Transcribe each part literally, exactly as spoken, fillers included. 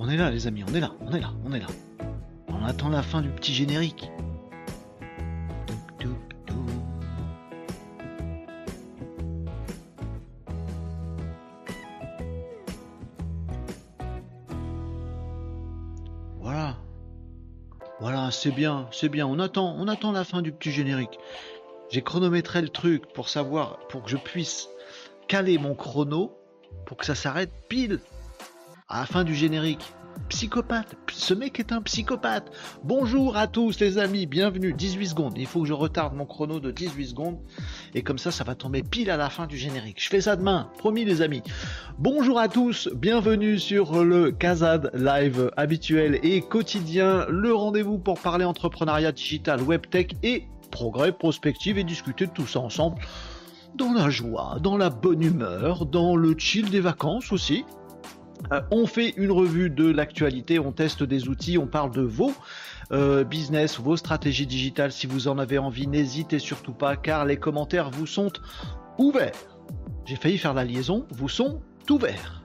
On est là les amis, on est là, on est là, on est là. On attend la fin du petit générique. Voilà. Voilà, c'est bien, c'est bien. On attend, on attend la fin du petit générique. J'ai chronométré le truc pour savoir, pour que je puisse caler mon chrono pour que ça s'arrête pile à la fin du générique. Psychopathe, ce mec est un psychopathe. Bonjour à tous les amis, bienvenue. dix-huit secondes, il faut que je retarde mon chrono de dix-huit secondes et comme ça, ça va tomber pile à la fin du générique. Je fais ça demain, promis les amis. Bonjour à tous, bienvenue sur le Kazad Live habituel et quotidien, le rendez-vous pour parler entrepreneuriat digital, webtech et progrès, prospective et discuter de tout ça ensemble dans la joie, dans la bonne humeur, dans le chill des vacances aussi. Euh, on fait une revue de l'actualité, on teste des outils, on parle de vos euh, business, vos stratégies digitales. Si vous en avez envie, n'hésitez surtout pas car les commentaires vous sont ouverts. J'ai failli faire la liaison, vous sont ouverts.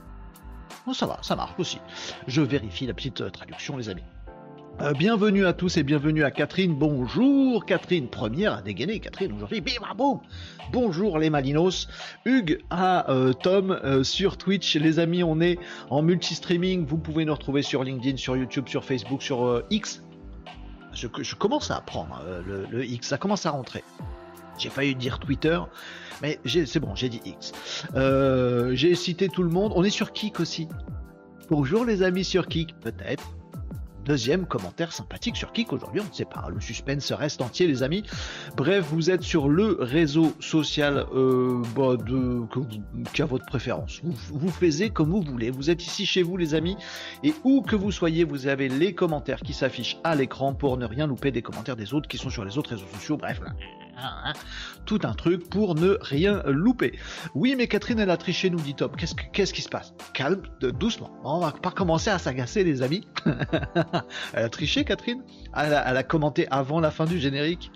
Bon, ça va, ça marche aussi. Je vérifie la petite euh, traduction les amis. Euh, bienvenue à tous et bienvenue à Catherine. Bonjour Catherine, première à dégainer Catherine aujourd'hui. Bim bam boum. Bonjour les Malinos. Hugues à euh, Tom euh, sur Twitch. Les amis, on est en multi-streaming. Vous pouvez nous retrouver sur LinkedIn, sur YouTube, sur Facebook, sur euh, X. Je, je commence à apprendre euh, le, le X, ça commence à rentrer. J'ai failli dire Twitter, mais c'est bon, j'ai dit X. Euh, j'ai cité tout le monde. On est sur Kik aussi. Bonjour les amis sur Kik, peut-être. Deuxième commentaire sympathique sur Kik aujourd'hui, on ne sait pas, le suspense reste entier les amis. Bref, vous êtes sur le réseau social euh, bah, de, que, qui a votre préférence. Vous, vous faites comme vous voulez, vous êtes ici chez vous les amis, et où que vous soyez, vous avez les commentaires qui s'affichent à l'écran pour ne rien louper des commentaires des autres qui sont sur les autres réseaux sociaux, bref, là, tout un truc pour ne rien louper. Oui mais Catherine elle a triché nous dit Tom, qu'est-ce, qu'est-ce qui se passe? Calme, de, doucement, on va pas commencer à s'agacer les amis. Elle a triché Catherine, elle a, elle a commenté avant la fin du générique.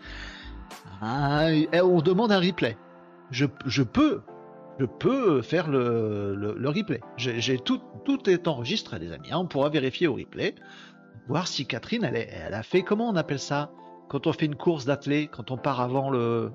Ah, on demande un replay. Je, je peux je peux faire le, le, le replay. J'ai, j'ai tout, tout est enregistré les amis, hein. On pourra vérifier au replay, voir si Catherine elle, est, elle a fait, comment on appelle ça quand on fait une course d'athlée, quand on part avant le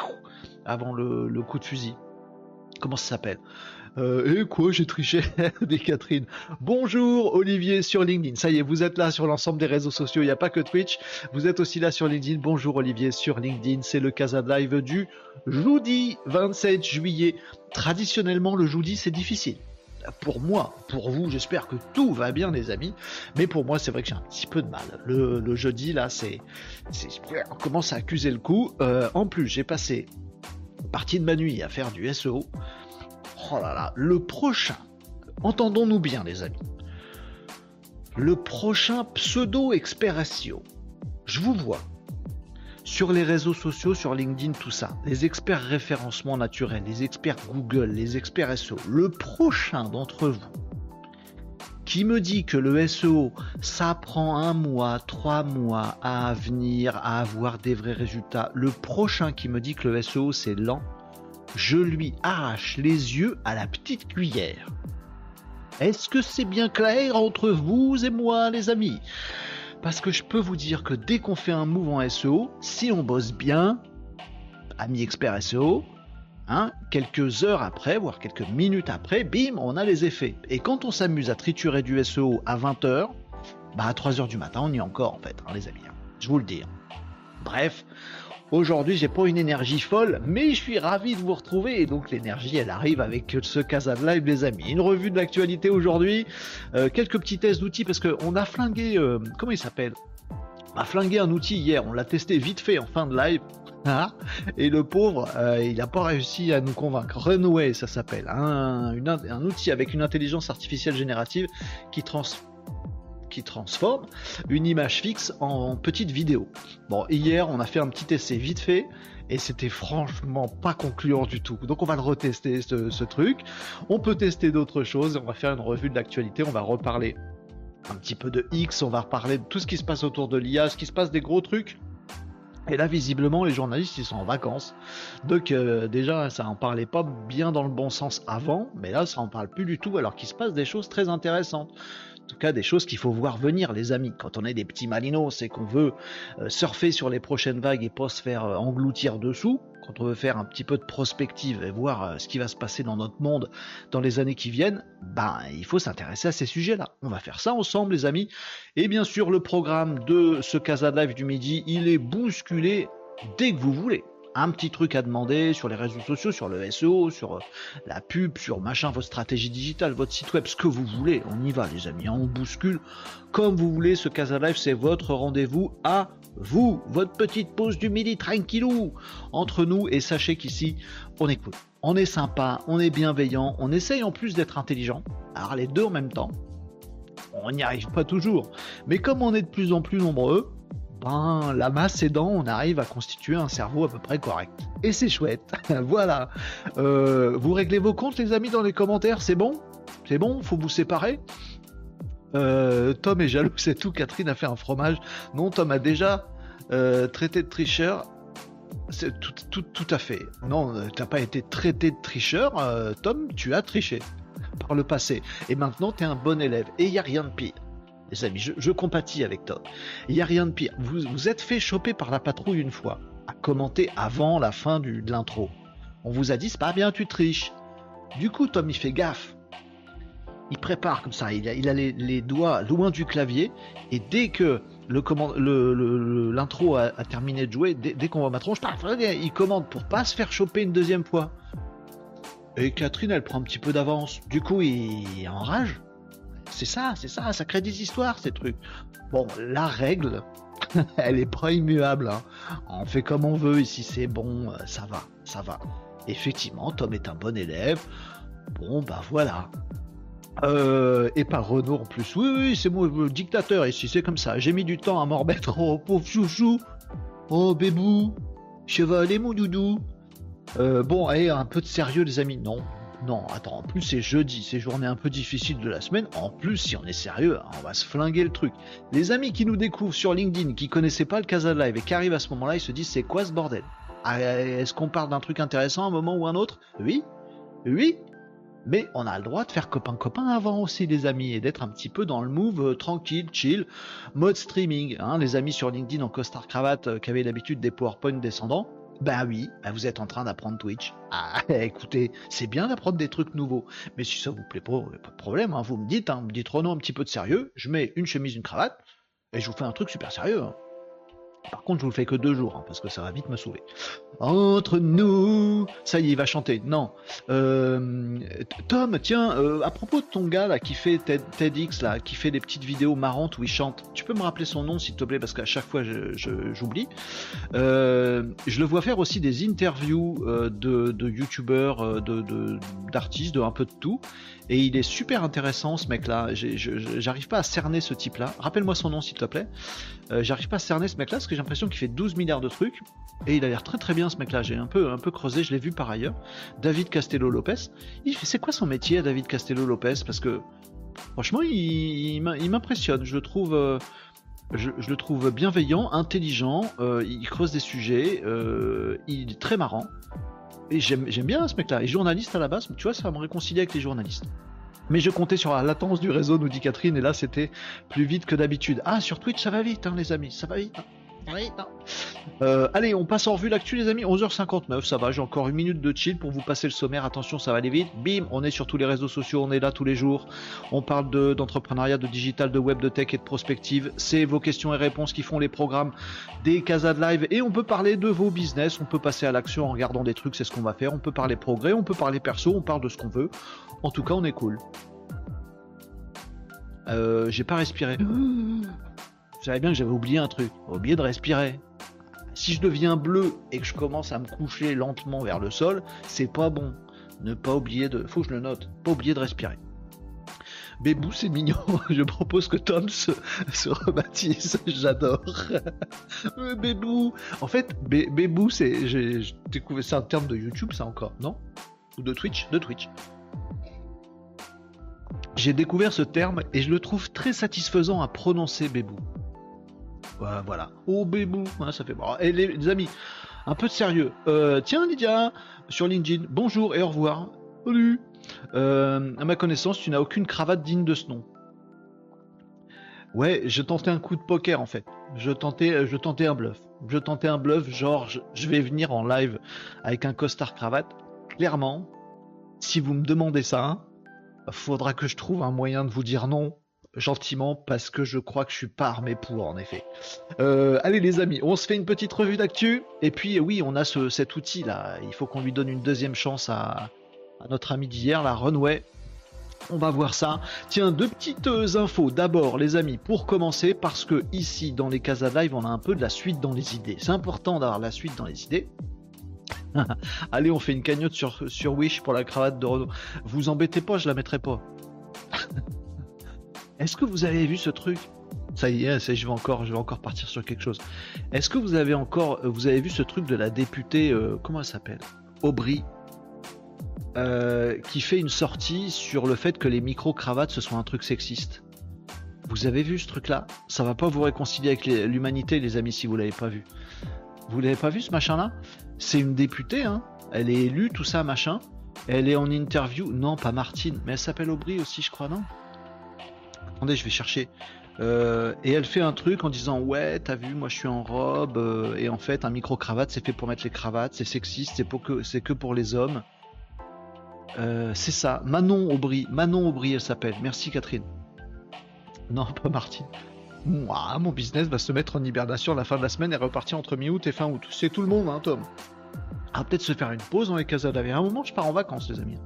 avant le, le coup de fusil, comment ça s'appelle? Euh, et quoi, j'ai triché des Catherine. Bonjour Olivier sur LinkedIn. Ça y est, vous êtes là sur l'ensemble des réseaux sociaux. Il n'y a pas que Twitch. Vous êtes aussi là sur LinkedIn. Bonjour Olivier sur LinkedIn. C'est le Kazad Live du jeudi vingt-sept juillet. Traditionnellement, le jeudi, c'est difficile. Pour moi, pour vous, j'espère que tout va bien les amis. Mais pour moi, c'est vrai que j'ai un petit peu de mal. Le, le jeudi, là, c'est, c'est... on commence à accuser le coup. Euh, en plus, j'ai passé une partie de ma nuit à faire du S E O. Oh là là, le prochain, entendons-nous bien les amis, le prochain pseudo-expert S E O, je vous vois sur les réseaux sociaux, sur LinkedIn, tout ça, les experts référencement naturel, les experts Google, les experts S E O, le prochain d'entre vous qui me dit que le S E O, ça prend un mois, trois mois à venir, à avoir des vrais résultats, le prochain qui me dit que le S E O c'est lent, je lui arrache les yeux à la petite cuillère. Est-ce que c'est bien clair entre vous et moi, les amis? Parce que je peux vous dire que dès qu'on fait un move en S E O, si on bosse bien, ami expert S E O, hein, quelques heures après, voire quelques minutes après, bim, on a les effets. Et quand on s'amuse à triturer du S E O à vingt heures, bah à trois heures du matin, on y est encore en fait, hein, les amis. Hein, je vous le dis. Bref. Aujourd'hui, j'ai pas une énergie folle, mais je suis ravi de vous retrouver. Et donc, l'énergie, elle arrive avec ce Kazad Live, les amis. Une revue de l'actualité aujourd'hui. Euh, quelques petits tests d'outils parce qu'on a flingué. Euh, comment il s'appelle? On a flingué un outil hier. On l'a testé vite fait en fin de live. Hein, et le pauvre, euh, il n'a pas réussi à nous convaincre. Runway, ça s'appelle. Un, une, un outil avec une intelligence artificielle générative qui transforme. qui transforme une image fixe en petite vidéo. Bon, hier, on a fait un petit essai vite fait et c'était franchement pas concluant du tout. Donc, on va le retester, ce, ce truc. On peut tester d'autres choses. On va faire une revue de l'actualité. On va reparler un petit peu de X. On va reparler de tout ce qui se passe autour de l'I A, ce qui se passe des gros trucs. Et là, visiblement, les journalistes, ils sont en vacances. Donc, euh, déjà, ça en parlait pas bien dans le bon sens avant, mais là, ça en parle plus du tout, alors qu'il se passe des choses très intéressantes. En tout cas, des choses qu'il faut voir venir, les amis. Quand on est des petits malinos et qu'on veut euh, surfer sur les prochaines vagues et pas se faire euh, engloutir dessous, quand on veut faire un petit peu de prospective et voir euh, ce qui va se passer dans notre monde dans les années qui viennent, ben il faut s'intéresser à ces sujets-là. On va faire ça ensemble, les amis. Et bien sûr, le programme de ce Casa Live du midi, il est bousculé dès que vous voulez. Un petit truc à demander sur les réseaux sociaux, sur le S E O, sur la pub, sur machin, votre stratégie digitale, votre site web, ce que vous voulez. On y va, les amis, on bouscule comme vous voulez. Ce Casa Live, c'est votre rendez-vous à vous, votre petite pause du midi tranquillou entre nous. Et sachez qu'ici, on est cool, on est sympa, on est bienveillant, on essaye en plus d'être intelligent. Alors les deux en même temps, on n'y arrive pas toujours. Mais comme on est de plus en plus nombreux, ben, la masse aidant, on arrive à constituer un cerveau à peu près correct. Et c'est chouette. Voilà. Euh, vous réglez vos comptes, les amis, dans les commentaires. C'est bon? C'est bon? Faut vous séparer? euh, Tom est jaloux, c'est tout. Catherine a fait un fromage. Non, Tom a déjà euh, traité de tricheur. C'est tout, tout, tout à fait. Non, t'as pas été traité de tricheur, euh, Tom. Tu as triché par le passé. Et maintenant, t'es un bon élève. Et il n'y a rien de pire. Les amis, je, je compatis avec Tom. Il n'y a rien de pire. Vous vous êtes fait choper par la patrouille une fois, à commenter avant la fin du, de l'intro. On vous a dit, c'est pas bien, tu triches. Du coup, Tom, il fait gaffe. Il prépare comme ça, il a, il a les, les doigts loin du clavier, et dès que le commande, le, le, le, l'intro a, a terminé de jouer, dès, dès qu'on voit ma tronche, il commande pour pas se faire choper une deuxième fois. Et Catherine, elle prend un petit peu d'avance. Du coup, il, il enrage. C'est ça, c'est ça, ça crée des histoires, ces trucs. Bon, la règle, elle est pas immuable. Hein. On fait comme on veut, ici c'est bon, ça va, ça va. Effectivement, Tom est un bon élève. Bon, bah voilà. Euh, et pas Renaud en plus. Oui, oui, c'est moi le dictateur ici, c'est comme ça. J'ai mis du temps à m'en remettre. Oh, pauvre chouchou. Oh, bébou. Cheval et mon doudou. Euh, bon, allez, un peu de sérieux, les amis. Non. Non, attends, en plus c'est jeudi, c'est journée un peu difficile de la semaine. En plus, si on est sérieux, on va se flinguer le truc. Les amis qui nous découvrent sur LinkedIn, qui connaissaient pas le Casa Live et qui arrivent à ce moment-là, ils se disent c'est quoi ce bordel? Ah, est-ce qu'on parle d'un truc intéressant à un moment ou un autre? Oui, oui. Mais on a le droit de faire copain-copain avant aussi, les amis, et d'être un petit peu dans le move euh, tranquille, chill, mode streaming. Hein, les amis sur LinkedIn en costard-cravate euh, qui avaient l'habitude des PowerPoint descendants. Ben oui, ben vous êtes en train d'apprendre Twitch. Ah, écoutez, c'est bien d'apprendre des trucs nouveaux. Mais si ça vous plaît pas, pas de problème, hein, vous me dites, hein, vous me dites Renaud un petit peu de sérieux, je mets une chemise, une cravate, et je vous fais un truc super sérieux. Hein. Par contre, je vous le fais que deux jours, hein, parce que ça va vite me saouler. Entre nous, ça y est, il va chanter. Non, euh, Tom, tiens, euh, à propos de ton gars là qui fait TED, TEDx là, qui fait des petites vidéos marrantes où il chante. Tu peux me rappeler son nom, s'il te plaît, parce qu'à chaque fois, je, je, j'oublie. Euh, je le vois faire aussi des interviews euh, de, de youtubeurs, euh, de, de, d'artistes, de un peu de tout. Et il est super intéressant, ce mec-là. J'ai, je, j'arrive pas à cerner ce type-là. Rappelle-moi son nom, s'il te plaît. Euh, j'arrive pas à cerner ce mec-là parce que j'ai l'impression qu'il fait douze milliards de trucs. Et il a l'air très très bien, ce mec-là. J'ai un peu, un peu creusé, je l'ai vu par ailleurs. David Castello-Lopez. Il fait, c'est quoi son métier, David Castello-Lopez? Parce que franchement, il, il m'impressionne. Je le trouve, euh, je, je le trouve bienveillant, intelligent. Euh, il creuse des sujets. Euh, il est très marrant. Et j'aime, j'aime bien ce mec-là. Et journaliste à la base, tu vois, ça va me réconcilier avec les journalistes. Mais je comptais sur la latence du réseau, nous dit Catherine, et là c'était plus vite que d'habitude. Ah, sur Twitch ça va vite, hein, les amis, ça va vite. Hein. Ça va vite hein. Euh, allez, on passe en revue l'actu, les amis. onze heures cinquante-neuf, ça va, j'ai encore une minute de chill pour vous passer le sommaire. Attention, ça va aller vite. Bim, on est sur tous les réseaux sociaux, on est là tous les jours. On parle de, d'entrepreneuriat, de digital, de web, de tech et de prospective. C'est vos questions et réponses qui font les programmes des Casa de Live. Et on peut parler de vos business, on peut passer à l'action en regardant des trucs, c'est ce qu'on va faire. On peut parler progrès, on peut parler perso, on parle de ce qu'on veut. En tout cas, on est cool. Euh, j'ai pas respiré. Vous savez bien que j'avais oublié un truc. Oublié de respirer. Si je deviens bleu et que je commence à me coucher lentement vers le sol, c'est pas bon. Ne pas oublier de... Faut que je le note. Pas oublier de respirer. Bébou, c'est mignon. Je propose que Tom se, se rebaptise. J'adore. Bébou. En fait, bé, Bébou, c'est... J'ai, j'ai découvert ça en termes de YouTube, ça encore, non? Ou de Twitch? De Twitch. J'ai découvert ce terme et je le trouve très satisfaisant à prononcer, Bébou. Ouais, voilà. Oh, Bébou. Ouais, ça fait bon. Et les, les amis, un peu de sérieux. Euh, tiens, Lydia, sur LinkedIn, bonjour et au revoir. Salut. Euh, à ma connaissance, tu n'as aucune cravate digne de ce nom. Ouais, je tentais un coup de poker en fait. Je tentais, je tentais un bluff. Je tentais un bluff, genre je, je vais venir en live avec un costard cravate. Clairement, si vous me demandez ça, faudra que je trouve un moyen de vous dire non gentiment parce que je crois que je suis pas armé pour en effet. Euh, allez les amis, on se fait une petite revue d'actu et puis oui, on a ce, cet outil là. Il faut qu'on lui donne une deuxième chance à, à notre ami d'hier, la Runway. On va voir ça. Tiens, deux petites euh, infos. D'abord, les amis, pour commencer, parce que ici, dans les Casa Live, on a un peu de la suite dans les idées. C'est important d'avoir la suite dans les idées. Allez, on fait une cagnotte sur, sur Wish pour la cravate de Renault. Vous embêtez pas, je la mettrai pas. Est-ce que vous avez vu ce truc? Ça y est, ça, je vais encore, je vais encore partir sur quelque chose. Est-ce que vous avez encore, vous avez vu ce truc de la députée, euh, comment elle s'appelle? Aubry. Euh, qui fait une sortie sur le fait que les micro-cravates ce soit un truc sexiste. Vous avez vu ce truc-là? Ça va pas vous réconcilier avec les, l'humanité, les amis, si vous l'avez pas vu. Vous l'avez pas vu ce machin-là? C'est une députée, hein. Elle est élue, tout ça, machin. Elle est en interview. Non, pas Martine, mais elle s'appelle Aubry aussi, je crois, non? Attendez, je vais chercher. Euh, et elle fait un truc en disant ouais, t'as vu, moi je suis en robe euh, et en fait un micro-cravate c'est fait pour mettre les cravates, c'est sexiste, c'est pour que c'est que pour les hommes. Euh, c'est ça, Manon Aubry, Manon Aubry elle s'appelle, merci Catherine. Non, pas Martine. Moi, mon business va se mettre en hibernation à la fin de la semaine et repartir entre mi-août et fin août. C'est tout le monde, hein, Tom. Ah, peut-être se faire une pause dans les Casa Live. À un moment, je pars en vacances, les amis.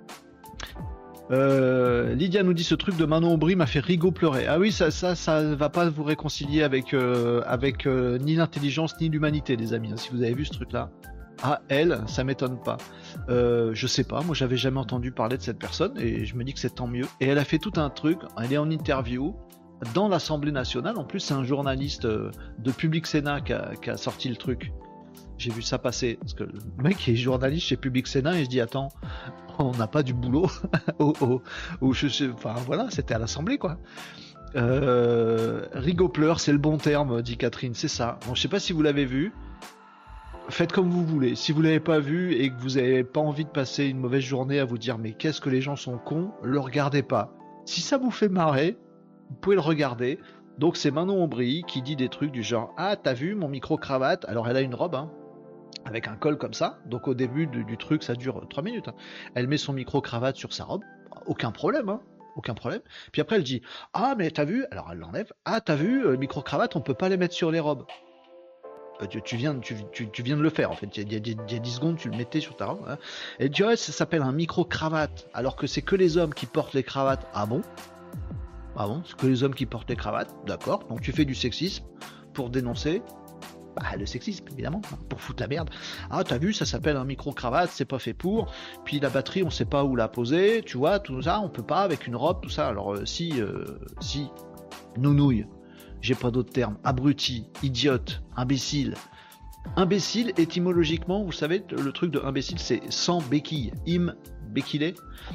Euh, Lydia nous dit ce truc de Manon Aubry m'a fait rigo pleurer. Ah oui, ça, ça, ça va pas vous réconcilier avec, euh, avec euh, ni l'intelligence ni l'humanité, les amis. Hein, si vous avez vu ce truc-là. Ah, elle, ça m'étonne pas. Euh, je sais pas, moi j'avais jamais entendu parler de cette personne et je me dis que c'est tant mieux. Et elle a fait tout un truc, elle est en interview dans l'Assemblée nationale. En plus, c'est un journaliste euh, de Public Sénat qui a, qui a sorti le truc. J'ai vu ça passer parce que le mec est journaliste chez Public Sénat et je dis attends, on n'a pas du boulot. oh, oh, oh, je sais, enfin voilà, c'était à l'Assemblée quoi. Euh, rigopleur, c'est le bon terme, dit Catherine, c'est ça. Bon, je sais pas si vous l'avez vu. Faites comme vous voulez. Si vous l'avez pas vu et que vous n'avez pas envie de passer une mauvaise journée à vous dire mais qu'est-ce que les gens sont cons, le regardez pas. Si ça vous fait marrer, vous pouvez le regarder. Donc c'est Manon Aubry qui dit des trucs du genre ah t'as vu mon micro-cravate? Alors elle a une robe hein, avec un col comme ça. Donc au début du, du truc ça dure trois minutes. Hein. Elle met son micro-cravate sur sa robe. Aucun problème hein. Aucun problème. Puis après elle dit ah mais t'as vu? Alors elle l'enlève. Ah t'as vu euh, micro-cravate on peut pas les mettre sur les robes. Tu, tu, viens, tu, tu, tu viens de le faire en fait, il y, a, il y a dix secondes tu le mettais sur ta robe hein. Et tu vois ça s'appelle un micro-cravate alors que c'est que les hommes qui portent les cravates. Ah bon? Ah bon, c'est que les hommes qui portent les cravates, d'accord, donc tu fais du sexisme pour dénoncer bah, le sexisme évidemment, hein, pour foutre la merde. Ah t'as vu ça s'appelle un micro-cravate, c'est pas fait pour, puis la batterie on sait pas où la poser, tu vois, tout ça on peut pas avec une robe, tout ça, alors euh, si, euh, si, nounouille. J'ai pas d'autre terme. Abruti, idiote, imbécile. Imbécile, étymologiquement, vous savez, le truc de imbécile, c'est sans béquille. Im, béquillé.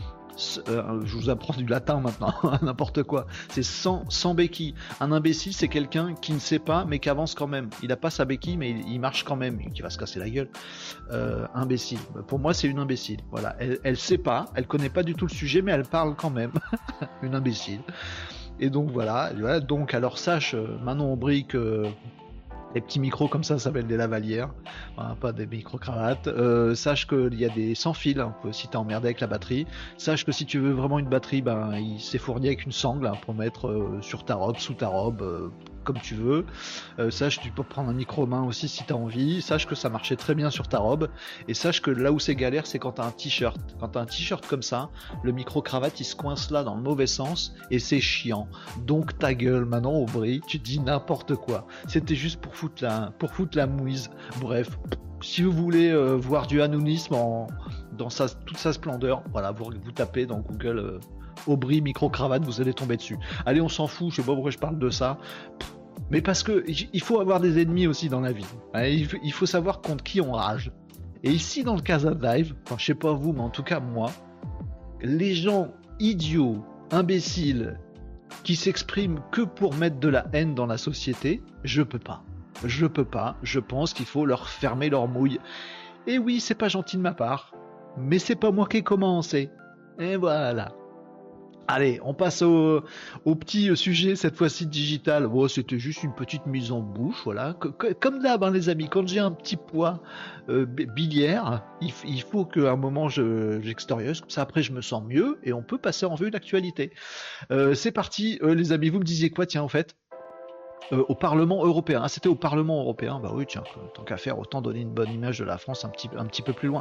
Euh, je vous apprends du latin maintenant, n'importe quoi. C'est sans, sans béquille. Un imbécile, c'est quelqu'un qui ne sait pas, mais qui avance quand même. Il a pas sa béquille, mais il, il marche quand même, qui va se casser la gueule. Euh, imbécile. Pour moi, c'est une imbécile. Voilà. Elle, elle sait pas, elle connaît pas du tout le sujet, mais elle parle quand même. Une imbécile. Et donc voilà, voilà, donc alors sache euh, Manon Aubry que les petits micros comme ça, ça s'appellent des lavalières, enfin, pas des micro-cravates. Euh, sache qu'il y a des sans fil, hein, si t'es emmerdé avec la batterie. Sache que si tu veux vraiment une batterie, ben il s'est fourni avec une sangle hein, pour mettre euh, sur ta robe, sous ta robe, euh, comme tu veux. Euh, sache que tu peux prendre un micro-main aussi si t'as envie. Sache que ça marchait très bien sur ta robe. Et sache que là où c'est galère, c'est quand t'as un t-shirt. Quand t'as un t-shirt comme ça, le micro-cravate il se coince là dans le mauvais sens et c'est chiant. Donc ta gueule, Manon Aubry, tu dis n'importe quoi. C'était juste pour foutre la, pour foutre la mouise. Bref, si vous voulez euh, voir du hanounisme en, dans sa, toute sa splendeur, voilà, vous, vous tapez dans Google euh, Aubry micro-cravate, vous allez tomber dessus. Allez, on s'en fout, je sais pas pourquoi je parle de ça. Mais parce que il faut avoir des ennemis aussi dans la vie. Il faut savoir contre qui on rage. Et ici dans le Casa Live, enfin je sais pas vous, mais en tout cas moi, les gens idiots, imbéciles, qui s'expriment que pour mettre de la haine dans la société, je peux pas. Je peux pas. Je pense qu'il faut leur fermer leur mouille. Et oui, c'est pas gentil de ma part, mais c'est pas moi qui ai commencé. Et voilà. Allez, on passe au, au petit sujet, cette fois-ci digital. Bon, c'était juste une petite mise en bouche, voilà. Co- co- Comme d'hab, hein, les amis, quand j'ai un petit poids euh, bi- biliaire, il, f- il faut qu'à un moment je, j'extérieuse, comme ça après je me sens mieux et on peut passer en revue l'actualité. Euh, c'est parti, euh, les amis, vous me disiez quoi, tiens, en fait euh, au Parlement européen. Ah, c'était au Parlement européen. Bah oui, tiens, tant qu'à faire, autant donner une bonne image de la France un petit, un petit peu plus loin.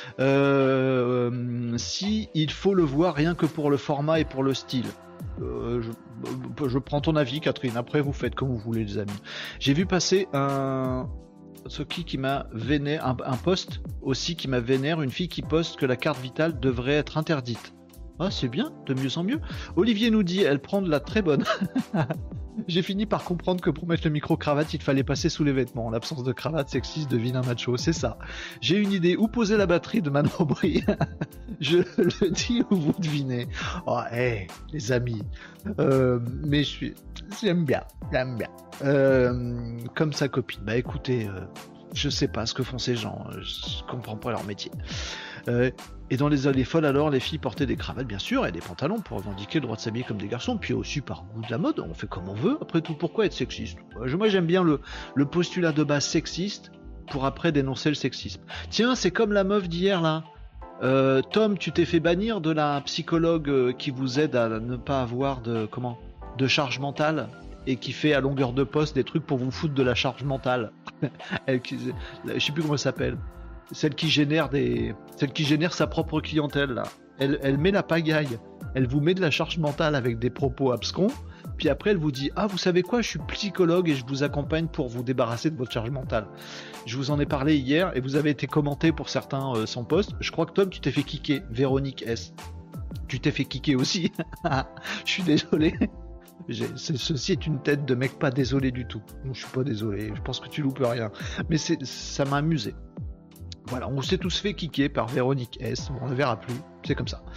Euh, si il faut le voir rien que pour le format et pour le style. Euh, je, je prends ton avis, Catherine. Après, vous faites comme vous voulez, les amis. J'ai vu passer un ce qui, qui m'a vénère, un, un post aussi qui m'a vénère, une fille qui poste que la carte vitale devrait être interdite. Ah, c'est bien, de mieux en mieux. Olivier nous dit, elle prend de la très bonne. J'ai fini par comprendre que pour mettre le micro-cravate, il fallait passer sous les vêtements. En l'absence de cravate sexiste de vilain macho, c'est ça. J'ai une idée, où poser la batterie de Manon Aubry. Je le dis ou vous devinez. Oh, hé, hey, les amis. Euh, mais je suis... J'aime bien, j'aime bien. Euh, comme sa copine. Bah écoutez, euh, je sais pas ce que font ces gens. Je comprends pas leur métier. Euh, et dans les allées folles alors, les filles portaient des cravates bien sûr et des pantalons pour revendiquer le droit de s'habiller comme des garçons, puis aussi par goût de la mode, on fait comme on veut, après tout pourquoi être sexiste? Moi j'aime bien le, le postulat de base sexiste pour après dénoncer le sexisme. Tiens, c'est comme la meuf d'hier là. Euh, Tom, tu t'es fait bannir de la psychologue qui vous aide à ne pas avoir de comment de charge mentale et qui fait à longueur de poste des trucs pour vous foutre de la charge mentale. Elle, je sais plus comment elle s'appelle. Celle qui génère des, celle qui génère sa propre clientèle là. Elle, elle met la pagaille. Elle vous met de la charge mentale avec des propos abscons. Puis après elle vous dit ah vous savez quoi, je suis psychologue et je vous accompagne pour vous débarrasser de votre charge mentale. Je vous en ai parlé hier et vous avez été commenté pour certains euh, sans poste. Je crois que Tom tu t'es fait kicker. Véronique S. Tu t'es fait kicker aussi. Je suis désolé. C'est, ceci est une tête de mec pas désolé du tout. Non, je suis pas désolé. Je pense que tu loupes rien. Mais c'est, ça m'a amusé. Voilà, on s'est tous fait kicker par Véronique S. On ne verra plus, c'est comme ça.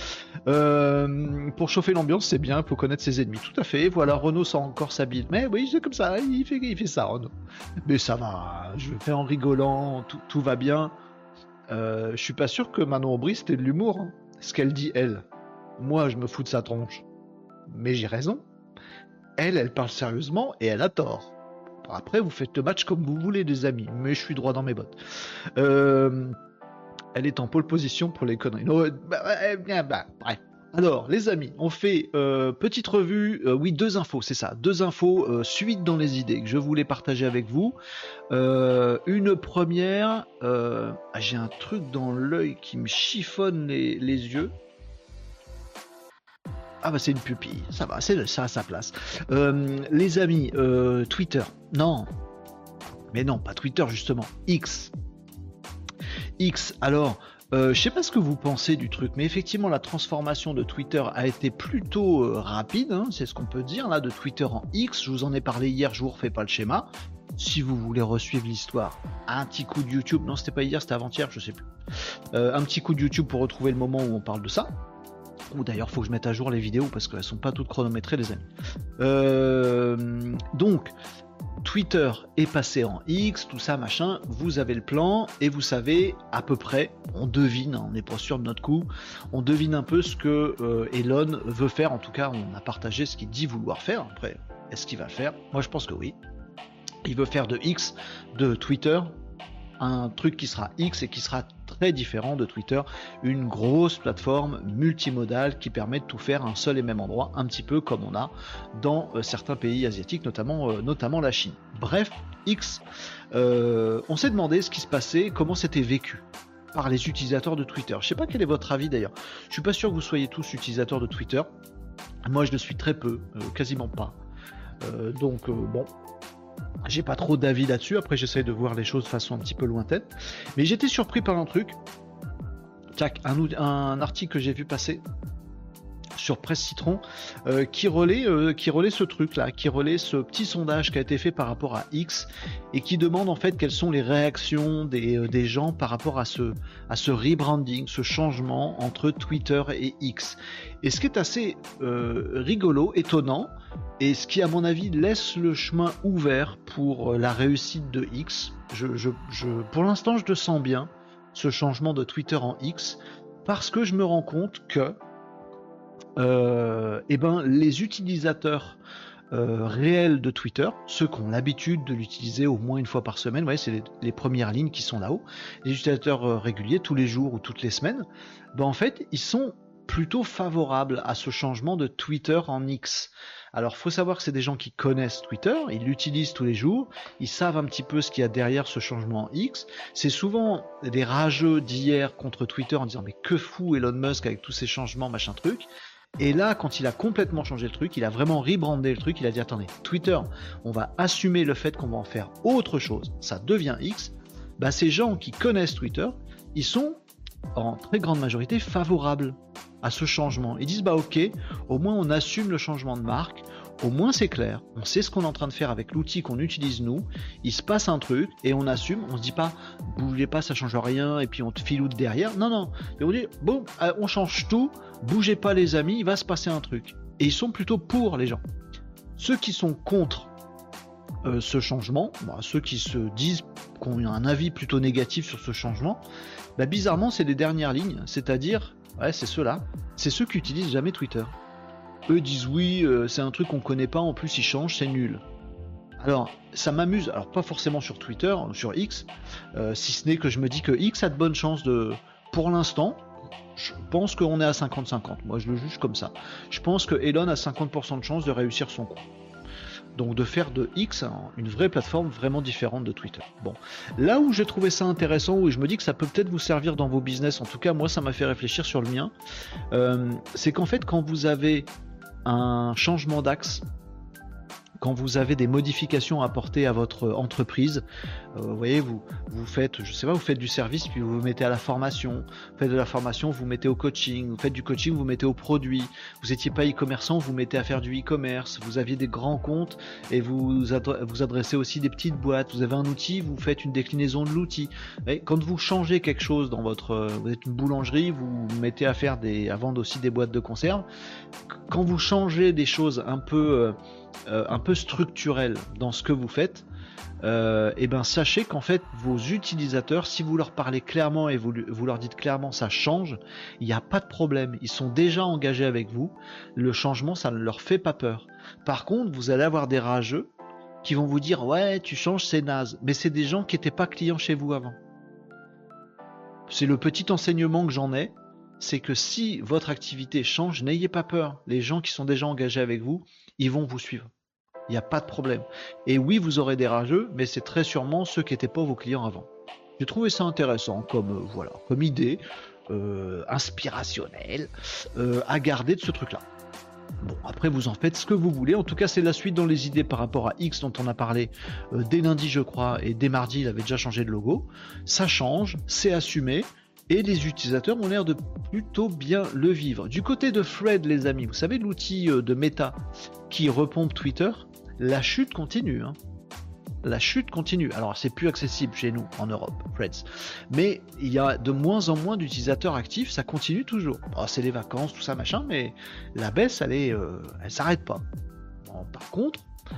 Euh, pour chauffer l'ambiance, c'est bien, il faut connaître ses ennemis. Tout à fait. Voilà, Renaud sent encore sa bite. Mais oui, c'est comme ça, il fait, il fait ça, Renaud. Mais ça va, je fais en rigolant, tout, tout va bien. Euh, je suis pas sûr que Manon Aubry c'était de l'humour. Hein. Ce qu'elle dit, elle. Moi, je me fous de sa tronche. Mais j'ai raison. Elle, elle parle sérieusement et elle a tort. Après, vous faites le match comme vous voulez, les amis, mais je suis droit dans mes bottes. Euh, elle est en pole position pour les conneries. Non, bah, bah, bah, bref. Alors, les amis, on fait euh, petite revue. Euh, oui, deux infos, c'est ça. Deux infos, euh, suite dans les idées que je voulais partager avec vous. Euh, une première, euh, ah, j'ai un truc dans l'œil qui me chiffonne les, les yeux. Ah bah c'est une pupille, ça va, c'est ça à sa place. Euh, les amis, euh, Twitter, non, mais non, pas Twitter justement, X. X, alors, euh, je sais pas ce que vous pensez du truc, mais effectivement la transformation de Twitter a été plutôt euh, rapide, hein, c'est ce qu'on peut dire là, de Twitter en X. Je vous en ai parlé hier, je vous refais pas le schéma. Si vous voulez resuivre l'histoire, un petit coup de YouTube, non c'était pas hier, c'était avant-hier, je sais plus. Euh, un petit coup de YouTube pour retrouver le moment où on parle de ça. Ou d'ailleurs, faut que je mette à jour les vidéos parce qu'elles sont pas toutes chronométrées, les amis. Euh, donc, Twitter est passé en X, tout ça, machin. Vous avez le plan et vous savez à peu près, on devine, on n'est pas sûr de notre coup, on devine un peu ce que euh, Elon veut faire. En tout cas, on a partagé ce qu'il dit vouloir faire. Après, est-ce qu'il va le faire? Moi, je pense que oui. Il veut faire de X, de Twitter, un truc qui sera X et qui sera très différent de Twitter, une grosse plateforme multimodale qui permet de tout faire à un seul et même endroit, un petit peu comme on a dans euh, certains pays asiatiques, notamment, euh, notamment la Chine. Bref, X, euh, on s'est demandé ce qui se passait, comment c'était vécu par les utilisateurs de Twitter. Je sais pas quel est votre avis d'ailleurs, je suis pas sûr que vous soyez tous utilisateurs de Twitter, moi je le suis très peu, euh, quasiment pas, euh, donc euh, bon, j'ai pas trop d'avis là-dessus, après j'essaye de voir les choses de façon un petit peu lointaine, mais j'étais surpris par un truc. Tac, un, un article que j'ai vu passer sur Presse Citron euh, qui relaie euh, qui relaie ce truc là, qui relaie ce petit sondage qui a été fait par rapport à X et qui demande en fait quelles sont les réactions des, euh, des gens par rapport à ce à ce rebranding, ce changement entre Twitter et X. Et ce qui est assez euh, rigolo, étonnant, et ce qui à mon avis laisse le chemin ouvert pour la réussite de X. Je, je, je, pour l'instant je le sens bien, ce changement de Twitter en X, parce que je me rends compte que euh, eh ben, les utilisateurs euh, réels de Twitter, ceux qui ont l'habitude de l'utiliser au moins une fois par semaine, vous voyez, c'est les, les premières lignes qui sont là-haut, les utilisateurs euh, réguliers, tous les jours ou toutes les semaines, ben, en fait, ils sont plutôt favorables à ce changement de Twitter en X. Alors, faut savoir que c'est des gens qui connaissent Twitter, ils l'utilisent tous les jours, ils savent un petit peu ce qu'il y a derrière ce changement en X. C'est souvent des rageux d'hier contre Twitter en disant mais que fout Elon Musk avec tous ces changements, machin truc. Et là, quand il a complètement changé le truc, il a vraiment rebrandé le truc, il a dit attendez, Twitter, on va assumer le fait qu'on va en faire autre chose, ça devient X. Bah, ces gens qui connaissent Twitter, ils sont en très grande majorité favorables à ce changement. Ils disent bah ok, au moins on assume le changement de marque, au moins c'est clair, on sait ce qu'on est en train de faire avec l'outil qu'on utilise nous, il se passe un truc et on assume, on se dit pas bougez pas, ça change rien et puis on te filoute derrière. Non non, et on dit bon, on change tout, bougez pas les amis, il va se passer un truc. Et ils sont plutôt pour les gens. Ceux qui sont contre euh, ce changement, bah, ceux qui se disent qu'on a un avis plutôt négatif sur ce changement, bah, bizarrement c'est les dernières lignes, c'est-à-dire ouais, c'est ceux-là, c'est ceux qui utilisent jamais Twitter. Eux disent oui, euh, c'est un truc qu'on connaît pas, en plus ils changent, c'est nul. Alors, ça m'amuse, alors pas forcément sur Twitter, sur X, euh, si ce n'est que je me dis que X a de bonnes chances de, pour l'instant, je pense qu'on est à cinquante cinquante, moi je le juge comme ça. Je pense que Elon a cinquante pour cent de chances de réussir son coup. Donc de faire de X une vraie plateforme vraiment différente de Twitter. Bon, là où j'ai trouvé ça intéressant, où je me dis que ça peut peut-être vous servir dans vos business, en tout cas moi ça m'a fait réfléchir sur le mien, euh, c'est qu'en fait quand vous avez un changement d'axe, quand vous avez des modifications à apporter à votre entreprise, euh, vous voyez, vous, vous faites, je sais pas, vous faites du service, puis vous vous mettez à la formation, vous faites de la formation, vous vous mettez au coaching, vous faites du coaching, vous vous mettez au produit, vous étiez pas e-commerçant, vous vous mettez à faire du e-commerce, vous aviez des grands comptes, et vous vous adressez aussi des petites boîtes, vous avez un outil, vous faites une déclinaison de l'outil. Quand vous changez quelque chose dans votre, vous êtes une boulangerie, vous vous mettez à faire des, à vendre aussi des boîtes de conserve, quand vous changez des choses un peu, euh, Euh, un peu structurel dans ce que vous faites, euh, et ben sachez qu'en fait vos utilisateurs, si vous leur parlez clairement et vous, vous leur dites clairement ça change, il n'y a pas de problème, ils sont déjà engagés avec vous, le changement ça ne leur fait pas peur. Par contre vous allez avoir des rageux qui vont vous dire ouais tu changes c'est naze, mais c'est des gens qui n'étaient pas clients chez vous avant. C'est le petit enseignement que j'en ai, c'est que si votre activité change, n'ayez pas peur, les gens qui sont déjà engagés avec vous, ils vont vous suivre. Il n'y a pas de problème. Et oui, vous aurez des rageux, mais c'est très sûrement ceux qui n'étaient pas vos clients avant. J'ai trouvé ça intéressant comme, euh, voilà, comme idée euh, inspirationnelle euh, à garder de ce truc-là. Bon, après vous en faites ce que vous voulez. En tout cas, c'est la suite dans les idées par rapport à X dont on a parlé euh, dès lundi, je crois, et dès mardi, il avait déjà changé de logo. Ça change, c'est assumé. Et les utilisateurs ont l'air de plutôt bien le vivre. Du côté de Threads, les amis, vous savez l'outil de Meta qui repompe Twitter, la chute continue. Hein. La chute continue. Alors c'est plus accessible chez nous en Europe, Threads. Mais il y a de moins en moins d'utilisateurs actifs, ça continue toujours. Oh, c'est les vacances, tout ça, machin, mais la baisse, elle est, euh, elle s'arrête pas. Bon, par contre,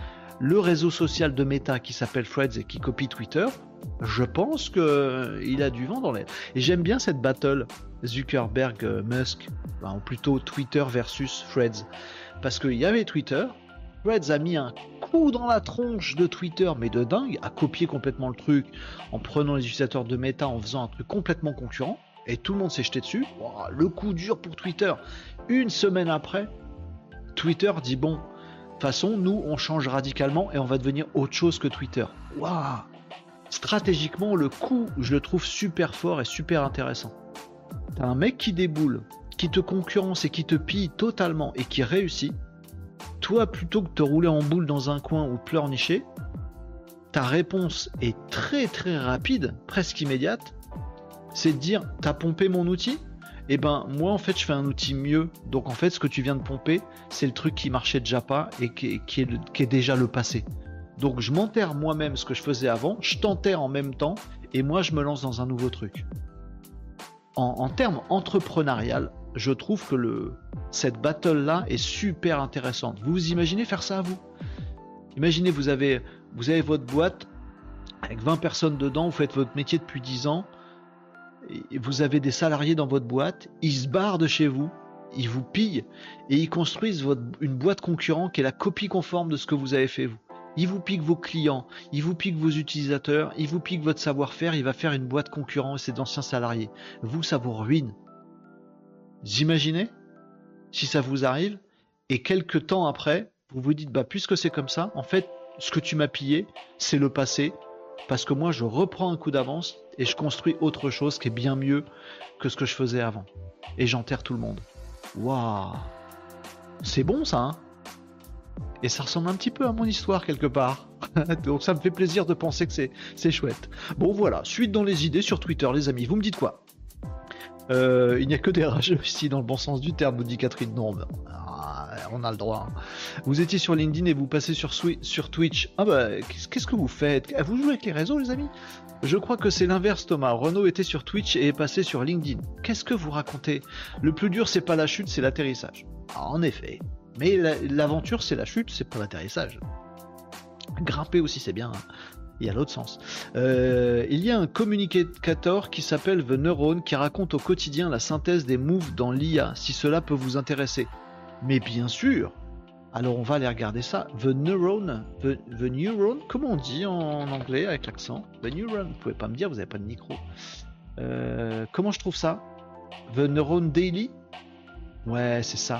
le réseau social de Meta qui s'appelle Threads et qui copie Twitter, je pense qu'il a du vent dans l'aile. Et j'aime bien cette battle Zuckerberg-Musk, enfin, ou plutôt Twitter versus Threads. Parce qu'il y avait Twitter, Threads a mis un coup dans la tronche de Twitter, mais de dingue, a copié complètement le truc en prenant les utilisateurs de Meta, en faisant un truc complètement concurrent, et tout le monde s'est jeté dessus. Oh, le coup dur pour Twitter. Une semaine après, Twitter dit bon, de toute façon, nous on change radicalement et on va devenir autre chose que Twitter. Waouh! Stratégiquement, le coup, je le trouve super fort et super intéressant. T'as un mec qui déboule, qui te concurrence et qui te pille totalement et qui réussit. Toi, plutôt que de te rouler en boule dans un coin ou de pleurnicher, ta réponse est très très rapide, presque immédiate. C'est de dire, t'as pompé mon outil ? Eh ben, moi en fait, je fais un outil mieux. Donc en fait, ce que tu viens de pomper, c'est le truc qui marchait déjà pas et qui est, qui est, le, qui est déjà le passé. Donc je m'enterre moi-même ce que je faisais avant, je t'enterre en même temps, et moi je me lance dans un nouveau truc. En, en termes entrepreneurial, je trouve que le, cette battle-là est super intéressante. Vous vous imaginez faire ça à vous ? Imaginez, vous avez, vous avez votre boîte, avec vingt personnes dedans, vous faites votre métier depuis dix ans, et vous avez des salariés dans votre boîte, ils se barrent de chez vous, ils vous pillent et ils construisent votre, une boîte concurrent qui est la copie conforme de ce que vous avez fait vous. Ils vous piquent vos clients, ils vous piquent vos utilisateurs, ils vous piquent votre savoir-faire, il va faire une boîte concurrente, c'est d'anciens salariés. Vous, ça vous ruine. Vous imaginez si ça vous arrive et quelques temps après, vous vous dites, bah puisque c'est comme ça, en fait, ce que tu m'as pillé, c'est le passé, parce que moi, je reprends un coup d'avance et je construis autre chose qui est bien mieux que ce que je faisais avant. Et j'enterre tout le monde. Waouh, c'est bon ça, hein. Et ça ressemble un petit peu à mon histoire quelque part. Donc ça me fait plaisir de penser que c'est, c'est chouette. Bon voilà, suite dans les idées sur Twitter, les amis. Vous me dites quoi? euh, Il n'y a que des rageux ici dans le bon sens du terme, nous dit Catherine. Non, mais on a le droit. Hein. Vous étiez sur LinkedIn et vous passez sur, sur Twitch. Ah bah, qu'est-ce que vous faites? Vous jouez avec les réseaux, les amis? Je crois que c'est l'inverse, Thomas. Renaud était sur Twitch et est passé sur LinkedIn. Qu'est-ce que vous racontez? Le plus dur, c'est pas la chute, c'est l'atterrissage. Ah, en effet. Mais la, l'aventure, c'est la chute, c'est pas l'atterrissage. Grimper aussi, c'est bien. Hein. Il y a l'autre sens. Euh, il y a un communicator qui s'appelle The Neuron qui raconte au quotidien la synthèse des moves dans l'I A, si cela peut vous intéresser. Mais bien sûr. Alors on va aller regarder ça. The Neuron, The, the Neuron, comment on dit en anglais avec l'accent? The Neuron, vous pouvez pas me dire, vous n'avez pas de micro. Euh, comment je trouve ça? The Neuron Daily? Ouais, c'est ça.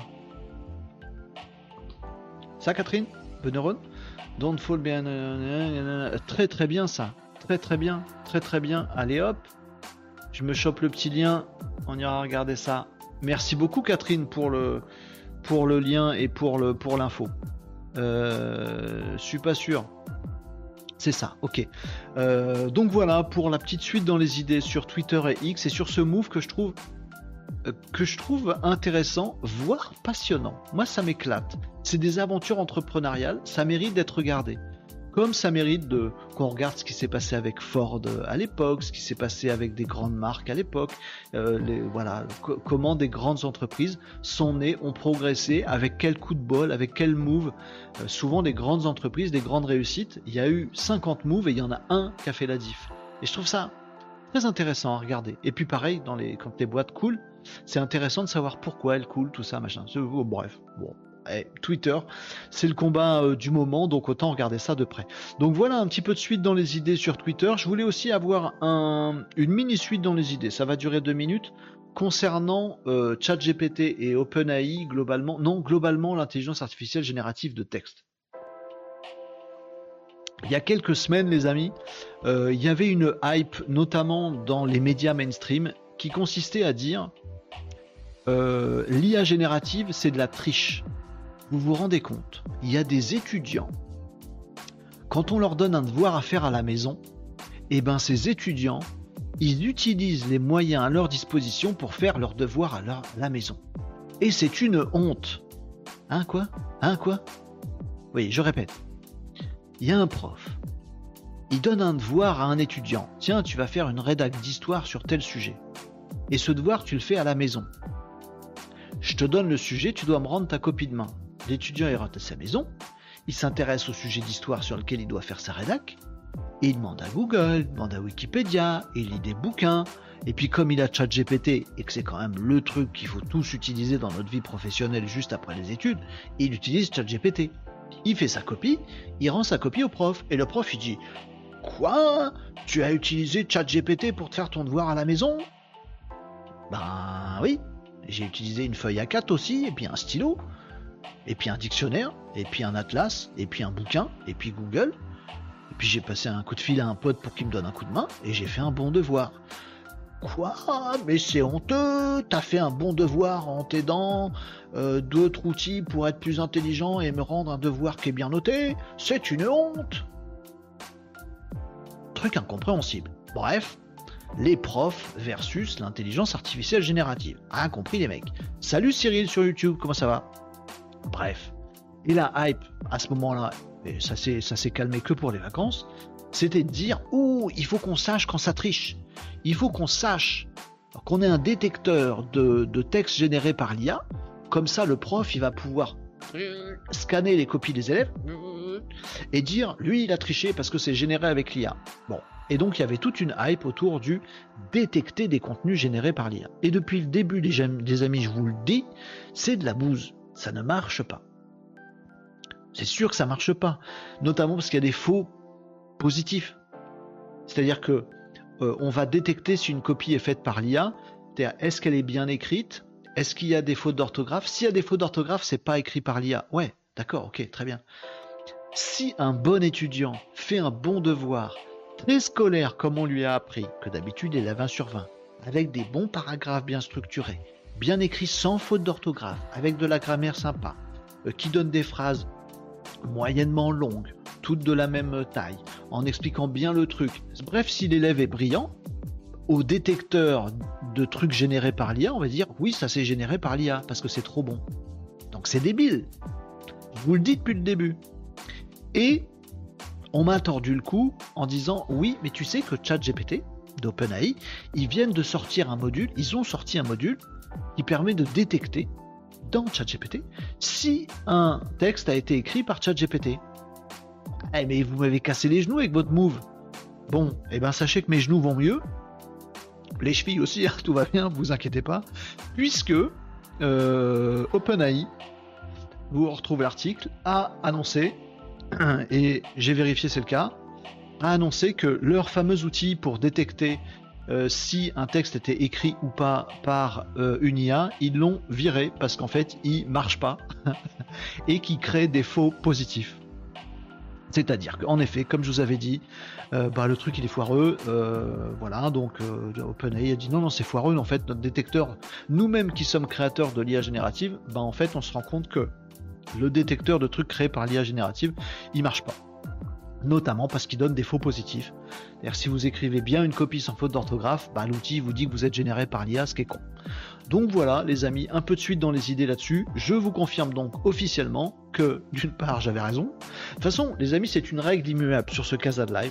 Ça, Catherine? The Neuron? Don't fall behind. Très très bien ça. Très très bien. Très très bien. Allez hop. Je me chope le petit lien. On ira regarder ça. Merci beaucoup, Catherine, pour le. pour le lien et pour le pour l'info. Euh, je suis pas sûr. C'est ça, ok. Euh, donc voilà pour la petite suite dans les idées sur Twitter et X et sur ce move que je trouve euh, que je trouve intéressant, voire passionnant. Moi, ça m'éclate. C'est des aventures entrepreneuriales, ça mérite d'être regardé. Comme ça mérite de qu'on regarde ce qui s'est passé avec Ford à l'époque, ce qui s'est passé avec des grandes marques à l'époque, euh, les, voilà, co- comment des grandes entreprises sont nées, ont progressé, avec quel coup de bol, avec quel move. Euh, souvent des grandes entreprises, des grandes réussites, il y a eu cinquante moves et il y en a un qui a fait la diff. Et je trouve ça très intéressant à regarder. Et puis pareil, dans les, quand les boîtes coulent, c'est intéressant de savoir pourquoi elles coulent, tout ça, machin. Oh, bref, bon. Et Twitter, c'est le combat euh, du moment, donc autant regarder ça de près. Donc voilà un petit peu de suite dans les idées sur Twitter. Je voulais aussi avoir un, une mini suite dans les idées, ça va durer deux minutes, concernant euh, ChatGPT et OpenAI globalement, non globalement l'intelligence artificielle générative de texte. Il y a quelques semaines, les amis, euh, il y avait une hype, notamment dans les médias mainstream, qui consistait à dire euh, l'I A générative, c'est de la triche. Vous vous rendez compte, il y a des étudiants, quand on leur donne un devoir à faire à la maison, et ben ces étudiants, ils utilisent les moyens à leur disposition pour faire leur devoir à la, la maison. Et c'est une honte. Hein quoi? Hein quoi? Oui, je répète. Il y a un prof, il donne un devoir à un étudiant. Tiens, tu vas faire une rédac d'histoire sur tel sujet. Et ce devoir, tu le fais à la maison. Je te donne le sujet, tu dois me rendre ta copie de main. L'étudiant il rentre à sa maison, il s'intéresse au sujet d'histoire sur lequel il doit faire sa rédac, et il demande à Google, il demande à Wikipédia, il lit des bouquins, et puis comme il a ChatGPT, et que c'est quand même le truc qu'il faut tous utiliser dans notre vie professionnelle juste après les études, il utilise ChatGPT. Il fait sa copie, il rend sa copie au prof, et le prof il dit « Quoi? Tu as utilisé ChatGPT pour te faire ton devoir à la maison ?» Ben oui, j'ai utilisé une feuille A quatre aussi, et puis un stylo, et puis un dictionnaire, et puis un atlas, et puis un bouquin, et puis Google. Et puis j'ai passé un coup de fil à un pote pour qu'il me donne un coup de main, et j'ai fait un bon devoir. Quoi? Mais c'est honteux! T'as fait un bon devoir en t'aidant euh, d'autres outils pour être plus intelligent et me rendre un devoir qui est bien noté? C'est une honte! Truc incompréhensible. Bref, les profs versus l'intelligence artificielle générative. Ah, compris les mecs. Salut Cyril sur YouTube, comment ça va? Bref, et la hype à ce moment-là, et ça s'est, ça s'est calmé que pour les vacances, c'était de dire « Ouh, il faut qu'on sache quand ça triche. Il faut qu'on sache qu'on ait un détecteur de, de texte généré par l'I A. Comme ça, le prof, il va pouvoir scanner les copies des élèves et dire « Lui, il a triché parce que c'est généré avec l'I A. » Bon, Et donc il y avait toute une hype autour du détecter des contenus générés par l'I A. Et depuis le début, les, les amis, je vous le dis, c'est de la bouse. Ça ne marche pas. C'est sûr que ça ne marche pas. Notamment parce qu'il y a des faux positifs. C'est-à-dire que euh, on va détecter si une copie est faite par l'I A. C'est-à-dire, est-ce qu'elle est bien écrite? Est-ce qu'il y a des fautes d'orthographe? S'il y a des fautes d'orthographe, c'est pas écrit par l'I A. Ouais, d'accord, ok, très bien. Si un bon étudiant fait un bon devoir, très scolaire comme on lui a appris, que d'habitude il a vingt sur vingt, avec des bons paragraphes bien structurés, bien écrits sans faute d'orthographe, avec de la grammaire sympa, euh, qui donne des phrases moyennement longues, toutes de la même taille, en expliquant bien le truc. Bref, si l'élève est brillant, au détecteur de trucs générés par l'I A, on va dire oui, ça c'est généré par l'I A parce que c'est trop bon. Donc c'est débile. Je vous le dis depuis le début. Et on m'a tordu le cou en disant oui, mais tu sais que ChatGPT d'OpenAI, ils viennent de sortir un module, ils ont sorti un module qui permet de détecter dans ChatGPT si un texte a été écrit par ChatGPT. Eh mais vous m'avez cassé les genoux avec votre move. Bon, et eh ben sachez que mes genoux vont mieux. Les chevilles aussi, hein, tout va bien, vous inquiétez pas, puisque euh, OpenAI, vous retrouvez l'article, a annoncé, et j'ai vérifié c'est le cas, a annoncé que leur fameux outil pour détecter euh, si un texte était écrit ou pas par euh, une I A, ils l'ont viré parce qu'en fait il marche pas et qui crée des faux positifs. C'est-à-dire qu'en effet, comme je vous avais dit, euh, bah, le truc il est foireux, euh, voilà, donc euh, OpenAI a dit non, non, c'est foireux, en fait, notre détecteur, nous-mêmes qui sommes créateurs de l'I A générative, bah, en fait, on se rend compte que le détecteur de trucs créés par l'I A générative, il marche pas. Notamment parce qu'il donne des faux positifs. C'est-à-dire si vous écrivez bien une copie sans faute d'orthographe, bah, l'outil vous dit que vous êtes généré par l'I A, ce qui est con. Donc voilà les amis, un peu de suite dans les idées là-dessus. Je vous confirme donc officiellement que d'une part j'avais raison. De toute façon les amis, c'est une règle immuable sur ce Casa de Live.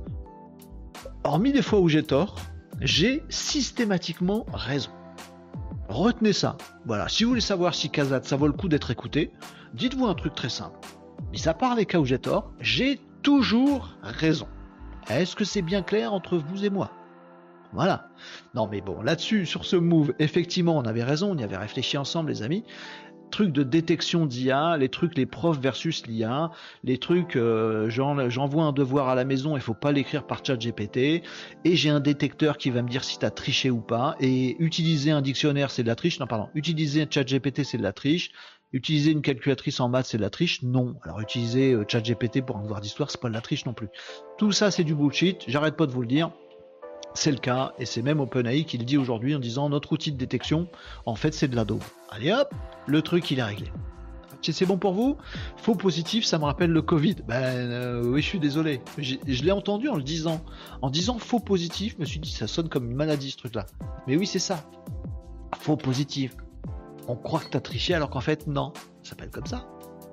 Hormis des fois où j'ai tort, j'ai systématiquement raison. Retenez ça. Voilà, si vous voulez savoir si Casa ça vaut le coup d'être écouté, dites-vous un truc très simple. Mis à part les cas où j'ai tort, j'ai toujours raison. Est-ce que c'est bien clair entre vous et moi? Voilà. Non mais bon, là-dessus, sur ce move, effectivement, on avait raison, on y avait réfléchi ensemble, les amis. Trucs de détection d'I A, les trucs, les profs versus l'I A, les trucs, euh, j'envoie un devoir à la maison, il faut pas l'écrire par ChatGPT, et j'ai un détecteur qui va me dire si tu as triché ou pas, et utiliser un dictionnaire, c'est de la triche. Non, pardon, utiliser un ChatGPT, c'est de la triche. Utiliser une calculatrice en maths, c'est de la triche? Non. Alors utiliser euh, ChatGPT pour un devoir d'histoire, c'est pas de la triche non plus. Tout ça, c'est du bullshit, j'arrête pas de vous le dire. C'est le cas, et c'est même OpenAI qui le dit aujourd'hui en disant notre outil de détection, en fait, c'est de la daube. Allez hop, le truc, il est réglé. C'est bon pour vous? Faux positif, ça me rappelle le Covid. Ben euh, oui, je suis désolé. Je l'ai entendu en le disant. En disant faux positif, je me suis dit, ça sonne comme une maladie, ce truc-là. Mais oui, c'est ça. Faux positif. On croit que tu as triché, alors qu'en fait, non. Ça s'appelle comme ça.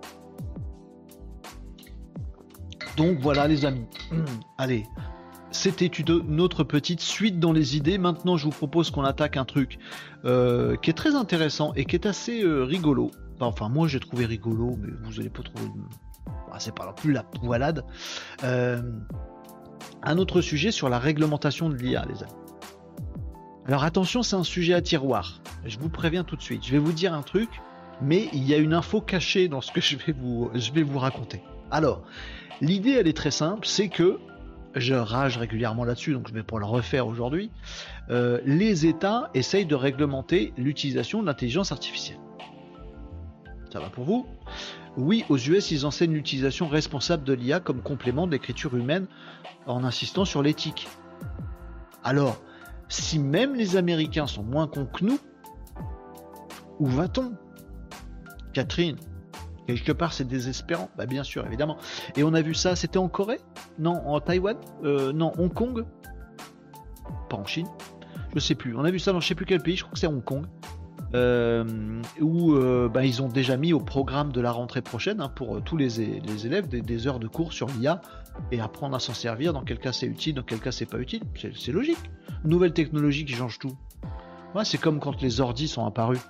Donc voilà, les amis. Mmh, allez. C'était une autre petite suite dans les idées. Maintenant, je vous propose qu'on attaque un truc euh, qui est très intéressant et qui est assez euh, rigolo. Enfin, moi, j'ai trouvé rigolo, mais vous n'allez pas trouver... Bah, c'est pas non plus la poilade. Euh, un autre sujet sur la réglementation de l'I A, les amis. Alors attention, c'est un sujet à tiroir. Je vous préviens tout de suite. Je vais vous dire un truc, mais il y a une info cachée dans ce que je vais vous, je vais vous raconter. Alors, l'idée, elle est très simple, c'est que je rage régulièrement là-dessus, donc je vais pas le refaire aujourd'hui. Euh, les États essayent de réglementer l'utilisation de l'intelligence artificielle. Ça va pour vous? Oui, aux U S, ils enseignent l'utilisation responsable de l'I A comme complément de l'écriture humaine en insistant sur l'éthique. Alors, si même les Américains sont moins cons que nous, où va-t-on? Catherine, quelque part c'est désespérant. Bah bien sûr, évidemment. Et on a vu ça, c'était en Corée? Non, en Taïwan? euh, Non, Hong Kong? Pas en Chine? Je sais plus. On a vu ça dans je sais plus quel pays, je crois que c'est Hong Kong. Euh, où euh, bah, ils ont déjà mis au programme de la rentrée prochaine hein, pour euh, tous les, les élèves des, des heures de cours sur l'I A et apprendre à s'en servir, dans quel cas c'est utile, dans quel cas c'est pas utile. C'est logique. Nouvelle technologie qui change tout. Ouais, c'est comme quand les ordis sont apparus.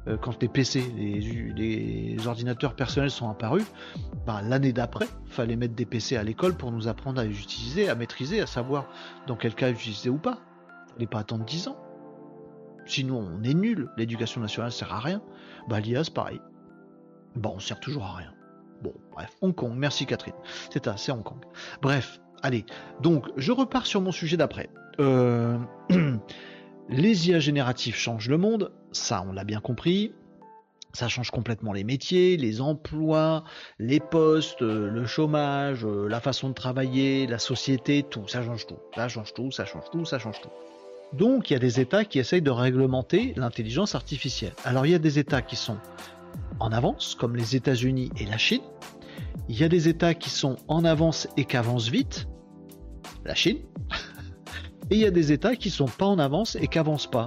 euh, quand les P C, les, les ordinateurs personnels sont apparus, bah, l'année d'après, fallait mettre des P C à l'école pour nous apprendre à les utiliser, à maîtriser, à savoir dans quel cas utiliser ou pas. Fallait pas attendre dix ans. Sinon, on est nul. L'éducation nationale sert à rien. Bah, l'I A, c'est pareil. Bon, on sert toujours à rien. Bon, bref. Hong Kong. Merci, Catherine. C'est ça, c'est Hong Kong. Bref, allez. Donc, je repars sur mon sujet d'après. Euh... Les I A génératifs changent le monde. Ça, on l'a bien compris. Ça change complètement les métiers, les emplois, les postes, le chômage, la façon de travailler, la société, tout. Ça change tout. Ça change tout, ça change tout, ça change tout. Donc, il y a des États qui essayent de réglementer l'intelligence artificielle. Alors, il y a des États qui sont en avance, comme les États-Unis et la Chine. Il y a des États qui sont en avance et qui avancent vite, la Chine. Et il y a des États qui sont pas en avance et qui avancent pas.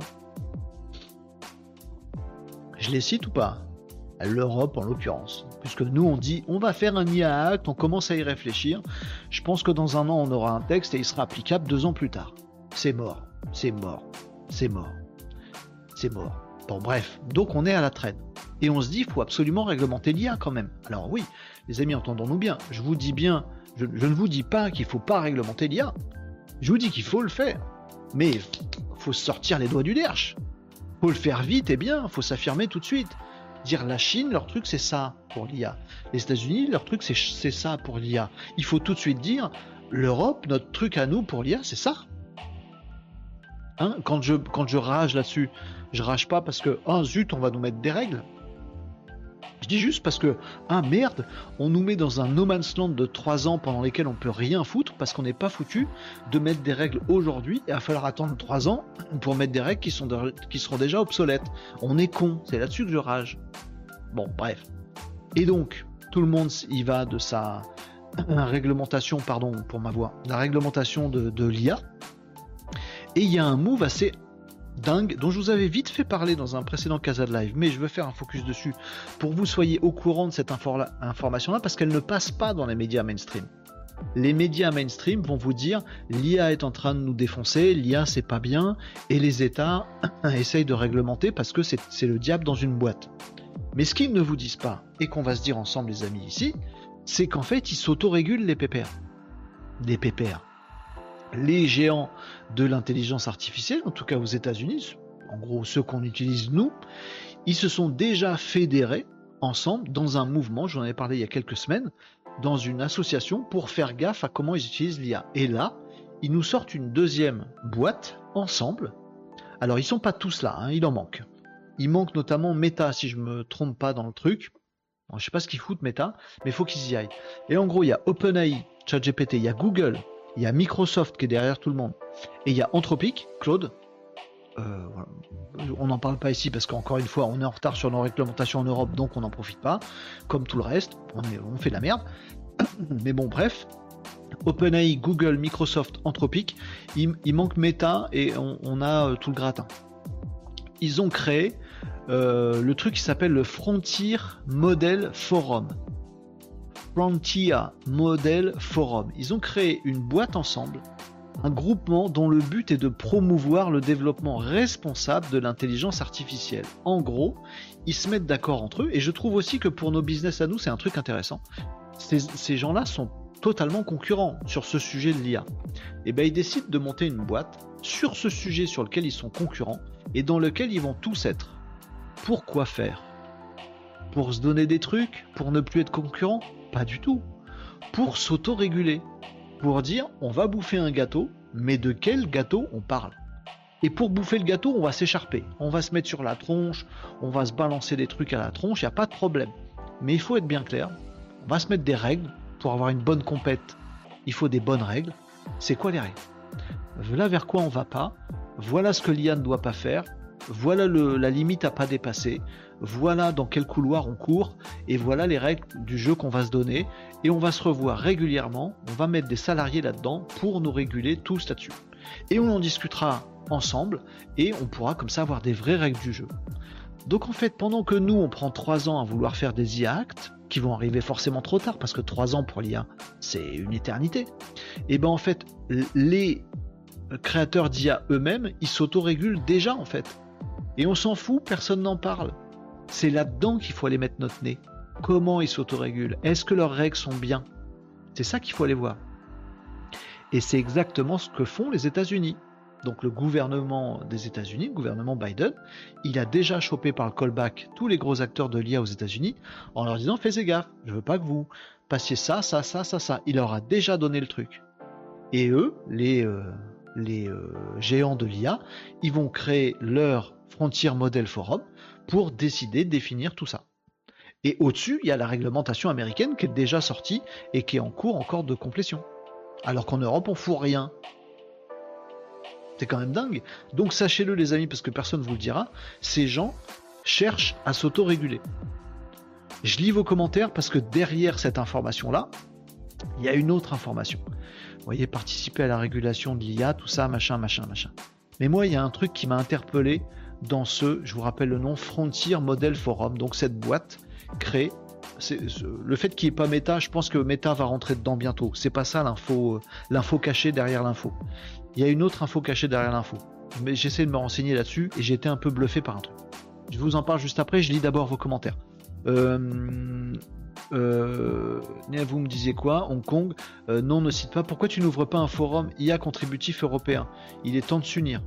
Je les cite ou pas? L'Europe en l'occurrence. Puisque nous, on dit, on va faire un I A Act, on commence à y réfléchir. Je pense que dans un an, on aura un texte et il sera applicable deux ans plus tard. C'est mort. C'est mort, c'est mort, c'est mort. Bon bref, donc on est à la traîne. Et on se dit, il faut absolument réglementer l'I A quand même. Alors oui, les amis, entendons-nous bien. Je vous dis bien, je, je ne vous dis pas qu'il ne faut pas réglementer l'I A. Je vous dis qu'il faut le faire. Mais il faut sortir les doigts du derche. Il faut le faire vite et bien, il faut s'affirmer tout de suite. Dire la Chine, leur truc c'est ça pour l'I A. Les États-Unis, leur truc c'est, c'est ça pour l'I A. Il faut tout de suite dire, l'Europe, notre truc à nous pour l'I A, c'est ça. Hein, quand, je, quand je rage là-dessus, je rage pas parce que, ah zut, on va nous mettre des règles. Je dis juste parce que, ah merde, on nous met dans un no man's land de trois ans pendant lesquels on peut rien foutre parce qu'on n'est pas foutu de mettre des règles aujourd'hui et il va falloir attendre trois ans pour mettre des règles qui, sont de, qui seront déjà obsolètes. On est con, c'est là-dessus que je rage. Bon, bref. Et donc, tout le monde y va de sa réglementation, pardon pour ma voix, la réglementation de, de l'I A. Et il y a un move assez dingue dont je vous avais vite fait parler dans un précédent Casa de Live, mais je veux faire un focus dessus pour que vous soyez au courant de cette infor- information-là parce qu'elle ne passe pas dans les médias mainstream. Les médias mainstream vont vous dire l'I A est en train de nous défoncer, l'I A c'est pas bien, et les États essayent de réglementer parce que c'est, c'est le diable dans une boîte. Mais ce qu'ils ne vous disent pas, et qu'on va se dire ensemble les amis ici, c'est qu'en fait ils s'autorégulent les pépères. Des pépères. Les géants de l'intelligence artificielle, en tout cas aux États-Unis, en gros ceux qu'on utilise nous, ils se sont déjà fédérés ensemble dans un mouvement, j'en avais parlé il y a quelques semaines, dans une association pour faire gaffe à comment ils utilisent l'I A. Et là, ils nous sortent une deuxième boîte ensemble. Alors ils sont pas tous là, hein, il en manque. Il manque notamment Meta, si je me trompe pas dans le truc. Bon, je sais pas ce qu'ils foutent Meta, mais il faut qu'ils y aillent. Et en gros, il y a OpenAI, ChatGPT, il y a Google, il y a Microsoft qui est derrière tout le monde. Et il y a Anthropic, Claude. Euh, voilà. On n'en parle pas ici parce qu'encore une fois, on est en retard sur nos réglementations en Europe, donc on n'en profite pas. Comme tout le reste, on, est, on fait de la merde. Mais bon, bref. OpenAI, Google, Microsoft, Anthropic. Il, il manque Meta et on, on a euh, tout le gratin. Ils ont créé euh, le truc qui s'appelle le Frontier Model Forum. Frontier Model Forum. Ils ont créé une boîte ensemble, un groupement dont le but est de promouvoir le développement responsable de l'intelligence artificielle. En gros, ils se mettent d'accord entre eux et je trouve aussi que pour nos business à nous, c'est un truc intéressant. Ces, ces gens-là sont totalement concurrents sur ce sujet de l'I A. Et ben ils décident de monter une boîte sur ce sujet sur lequel ils sont concurrents et dans lequel ils vont tous être. Pourquoi faire ? Pour se donner des trucs ? Pour ne plus être concurrents ? Pas du tout. Pour s'auto-réguler. Pour dire, on va bouffer un gâteau, mais de quel gâteau on parle ? Et pour bouffer le gâteau, on va s'écharper. On va se mettre sur la tronche, on va se balancer des trucs à la tronche, il n'y a pas de problème. Mais il faut être bien clair, on va se mettre des règles pour avoir une bonne compète. Il faut des bonnes règles. C'est quoi les règles ? Voilà vers quoi on va pas. Voilà ce que l'I A ne doit pas faire. Voilà le, la limite à pas dépasser. Voilà dans quel couloir on court. Et voilà les règles du jeu qu'on va se donner. Et on va se revoir régulièrement. On va mettre des salariés là-dedans pour nous réguler tous là-dessus. Et on en discutera ensemble. Et on pourra comme ça avoir des vraies règles du jeu. Donc en fait, pendant que nous, on prend trois ans à vouloir faire des I A Act, qui vont arriver forcément trop tard, parce que trois ans pour l'I A, c'est une éternité. Et ben en fait, les créateurs d'I A eux-mêmes, ils s'autorégulent déjà en fait. Et on s'en fout, personne n'en parle. C'est là-dedans qu'il faut aller mettre notre nez. Comment ils s'autorégulent? Est-ce que leurs règles sont bien? C'est ça qu'il faut aller voir. Et c'est exactement ce que font les États-Unis. Donc le gouvernement des États-Unis, le gouvernement Biden, il a déjà chopé par le callback tous les gros acteurs de l'I A aux États-Unis en leur disant faites gaffe, je veux pas que vous passiez ça, ça, ça, ça, ça. Il leur a déjà donné le truc. Et eux, les, euh, les euh, géants de l'I A, ils vont créer leur Frontier Model Forum pour décider, définir tout ça. Et au-dessus, il y a la réglementation américaine qui est déjà sortie et qui est en cours encore de complétion. Alors qu'en Europe, on fout rien. C'est quand même dingue. Donc sachez-le les amis, parce que personne ne vous le dira, ces gens cherchent à s'autoréguler. Je lis vos commentaires parce que derrière cette information-là, il y a une autre information. Vous voyez, participer à la régulation de l'I A, tout ça, machin, machin, machin. Mais moi, il y a un truc qui m'a interpellé dans ce, je vous rappelle le nom, Frontier Model Forum. Donc cette boîte créée, c'est, le fait qu'il n'y ait pas Meta, je pense que Meta va rentrer dedans bientôt. C'est pas ça l'info, l'info cachée derrière l'info. Il y a une autre info cachée derrière l'info. Mais j'essaie de me renseigner là-dessus et j'ai été un peu bluffé par un truc. Je vous en parle juste après, je lis d'abord vos commentaires. Euh, euh, vous me disiez quoi? Hong Kong, euh, non, ne cite pas. Pourquoi tu n'ouvres pas un forum I A contributif européen? Il est temps de s'unir.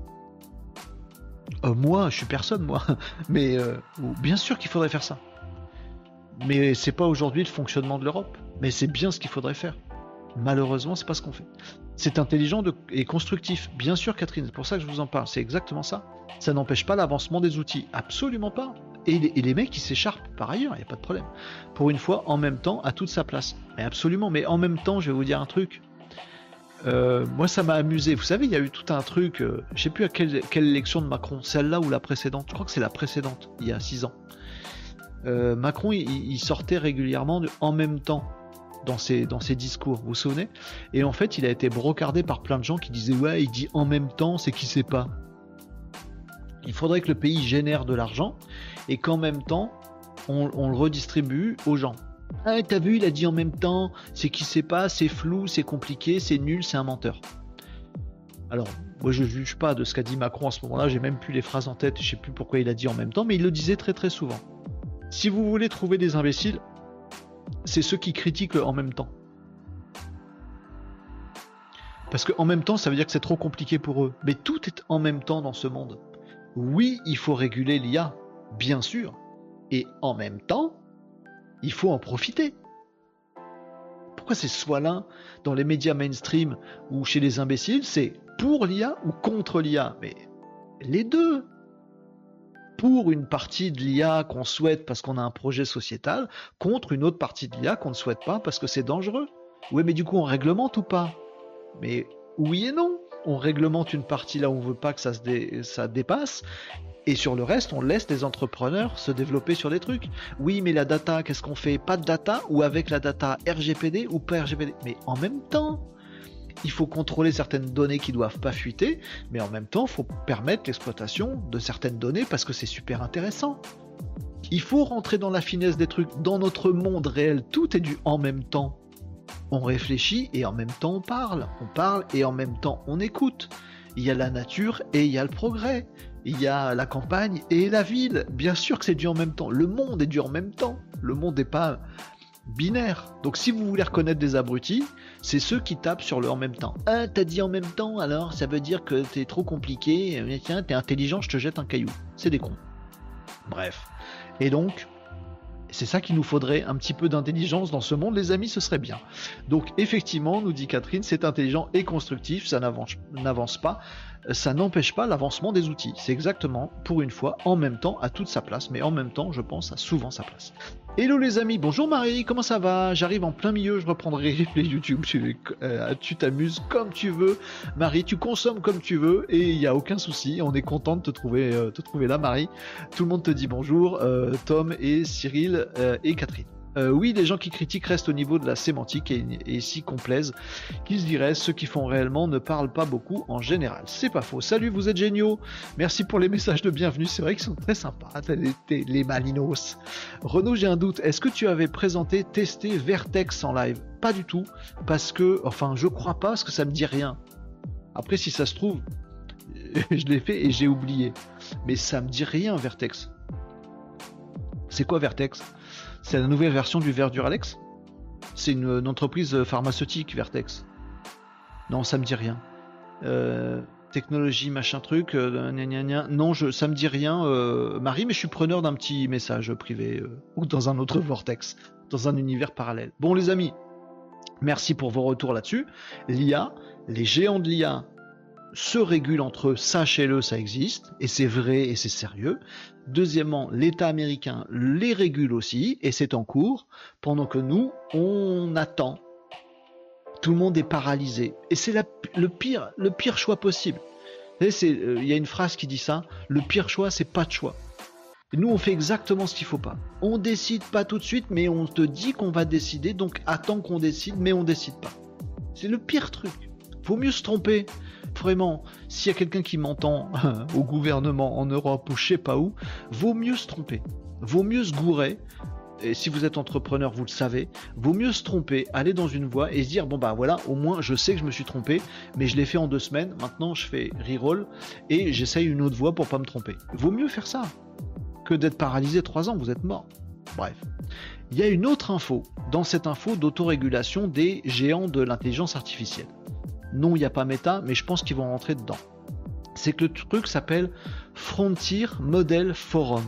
Euh, moi, je suis personne, moi. Mais euh, bien sûr qu'il faudrait faire ça. Mais c'est pas aujourd'hui le fonctionnement de l'Europe. Mais c'est bien ce qu'il faudrait faire. Malheureusement, c'est pas ce qu'on fait. C'est intelligent de... et constructif. Bien sûr, Catherine, c'est pour ça que je vous en parle. C'est exactement ça. Ça n'empêche pas l'avancement des outils. Absolument pas. Et les, et les mecs, ils s'écharpent par ailleurs, il n'y a pas de problème. Pour une fois, en même temps, à toute sa place. Mais absolument. Mais en même temps, je vais vous dire un truc. Euh, moi, ça m'a amusé. Vous savez, il y a eu tout un truc. Euh, je sais plus à quelle, quelle élection de Macron. Celle-là ou la précédente. Je crois que c'est la précédente, il y a six ans. Euh, Macron, il, il sortait régulièrement de, en même temps. Dans ses, dans ses discours, vous vous souvenez? Et en fait, il a été brocardé par plein de gens qui disaient ouais, il dit en même temps, c'est qui sait pas. Il faudrait que le pays génère de l'argent et qu'en même temps, on, on le redistribue aux gens. Ah, t'as vu, il a dit en même temps, c'est qui sait pas, c'est flou, c'est compliqué, c'est nul, c'est un menteur. Alors, moi je juge pas de ce qu'a dit Macron à ce moment-là, j'ai même plus les phrases en tête, je sais plus pourquoi il a dit en même temps, mais il le disait très très souvent. Si vous voulez trouver des imbéciles, c'est ceux qui critiquent en même temps. Parce que en même temps, ça veut dire que c'est trop compliqué pour eux. Mais tout est en même temps dans ce monde. Oui, il faut réguler l'I A, bien sûr. Et en même temps, il faut en profiter. Pourquoi c'est soit l'un dans les médias mainstream ou chez les imbéciles, c'est pour l'I A ou contre l'I A? Mais les deux. Pour une partie de l'I A qu'on souhaite parce qu'on a un projet sociétal, contre une autre partie de l'I A qu'on ne souhaite pas parce que c'est dangereux. Oui, mais du coup, on réglemente ou pas? Mais oui et non. On réglemente une partie là où on ne veut pas que ça se dé... ça dépasse, et sur le reste, on laisse les entrepreneurs se développer sur des trucs. Oui, mais la data, qu'est-ce qu'on fait? Pas de data, ou avec la data R G P D ou pas R G P D? Mais en même temps, il faut contrôler certaines données qui ne doivent pas fuiter, mais en même temps, il faut permettre l'exploitation de certaines données parce que c'est super intéressant. Il faut rentrer dans la finesse des trucs. Dans notre monde réel, tout est du en même temps. On réfléchit et en même temps on parle. On parle et en même temps on écoute. Il y a la nature et il y a le progrès. Il y a la campagne et la ville. Bien sûr que c'est du en même temps. Le monde est du en même temps. Le monde n'est pas binaire. Donc si vous voulez reconnaître des abrutis, c'est ceux qui tapent sur le en même temps. Ah, t'as dit en même temps, alors ça veut dire que t'es trop compliqué. Mais tiens, t'es intelligent, je te jette un caillou. C'est des cons. Bref. Et donc, c'est ça qu'il nous faudrait, un petit peu d'intelligence dans ce monde, les amis, ce serait bien. Donc effectivement, nous dit Catherine, c'est intelligent et constructif, ça n'avance, n'avance pas, ça n'empêche pas l'avancement des outils. C'est exactement, pour une fois, en même temps, à toute sa place, mais en même temps, je pense, à souvent sa place. Hello les amis, bonjour Marie, comment ça va? J'arrive en plein milieu, je reprendrai les YouTube, tu, euh, tu t'amuses comme tu veux, Marie, tu consommes comme tu veux, et il n'y a aucun souci, on est content de te trouver, euh, te trouver là Marie. Tout le monde te dit bonjour, euh, Tom et Cyril euh, et Catherine. Euh, oui, les gens qui critiquent restent au niveau de la sémantique et, et s'y complaisent, qu'ils se diraient, ceux qui font réellement ne parlent pas beaucoup en général. C'est pas faux. Salut, vous êtes géniaux. Merci pour les messages de bienvenue. C'est vrai qu'ils sont très sympas, les, les Malinos. Renaud, j'ai un doute. Est-ce que tu avais présenté, testé Vertex en live? Pas du tout, parce que, enfin, je crois pas, parce que ça me dit rien. Après, si ça se trouve, je l'ai fait et j'ai oublié. Mais ça me dit rien, Vertex. C'est quoi Vertex? C'est la nouvelle version du verre Duralex? C'est une, une entreprise pharmaceutique, Vertex. Non, ça me dit rien. Euh, technologie, machin truc, euh, gna gna gna. Non, je, ça me dit rien, euh, Marie, mais je suis preneur d'un petit message privé euh, ou dans un autre vortex, dans un univers parallèle. Bon, les amis, merci pour vos retours là-dessus. L'I A, les géants de l'I A se régulent entre eux, sachez-le, ça existe, et c'est vrai et c'est sérieux. Deuxièmement, l'État américain les régule aussi, et c'est en cours, pendant que nous, on attend. Tout le monde est paralysé. Et c'est la, le, pire, le pire choix possible. Vous savez, il euh, y a une phrase qui dit ça, le pire choix, c'est pas de choix. Et nous, on fait exactement ce qu'il faut pas. On décide pas tout de suite, mais on te dit qu'on va décider, donc attends qu'on décide, mais on décide pas. C'est le pire truc. Vaut mieux se tromper. Vraiment, s'il y a quelqu'un qui m'entend au gouvernement, en Europe ou je sais pas où, vaut mieux se tromper. Vaut mieux se gourer. Et si vous êtes entrepreneur, vous le savez, vaut mieux se tromper, aller dans une voie et se dire, bon bah voilà, au moins je sais que je me suis trompé, mais je l'ai fait en deux semaines, maintenant je fais reroll et j'essaye une autre voie pour pas me tromper. Vaut mieux faire ça que d'être paralysé trois ans, vous êtes mort. Bref. Il y a une autre info, dans cette info d'autorégulation des géants de l'intelligence artificielle. Non, il n'y a pas Meta, mais je pense qu'ils vont rentrer dedans. C'est que le truc s'appelle Frontier Model Forum.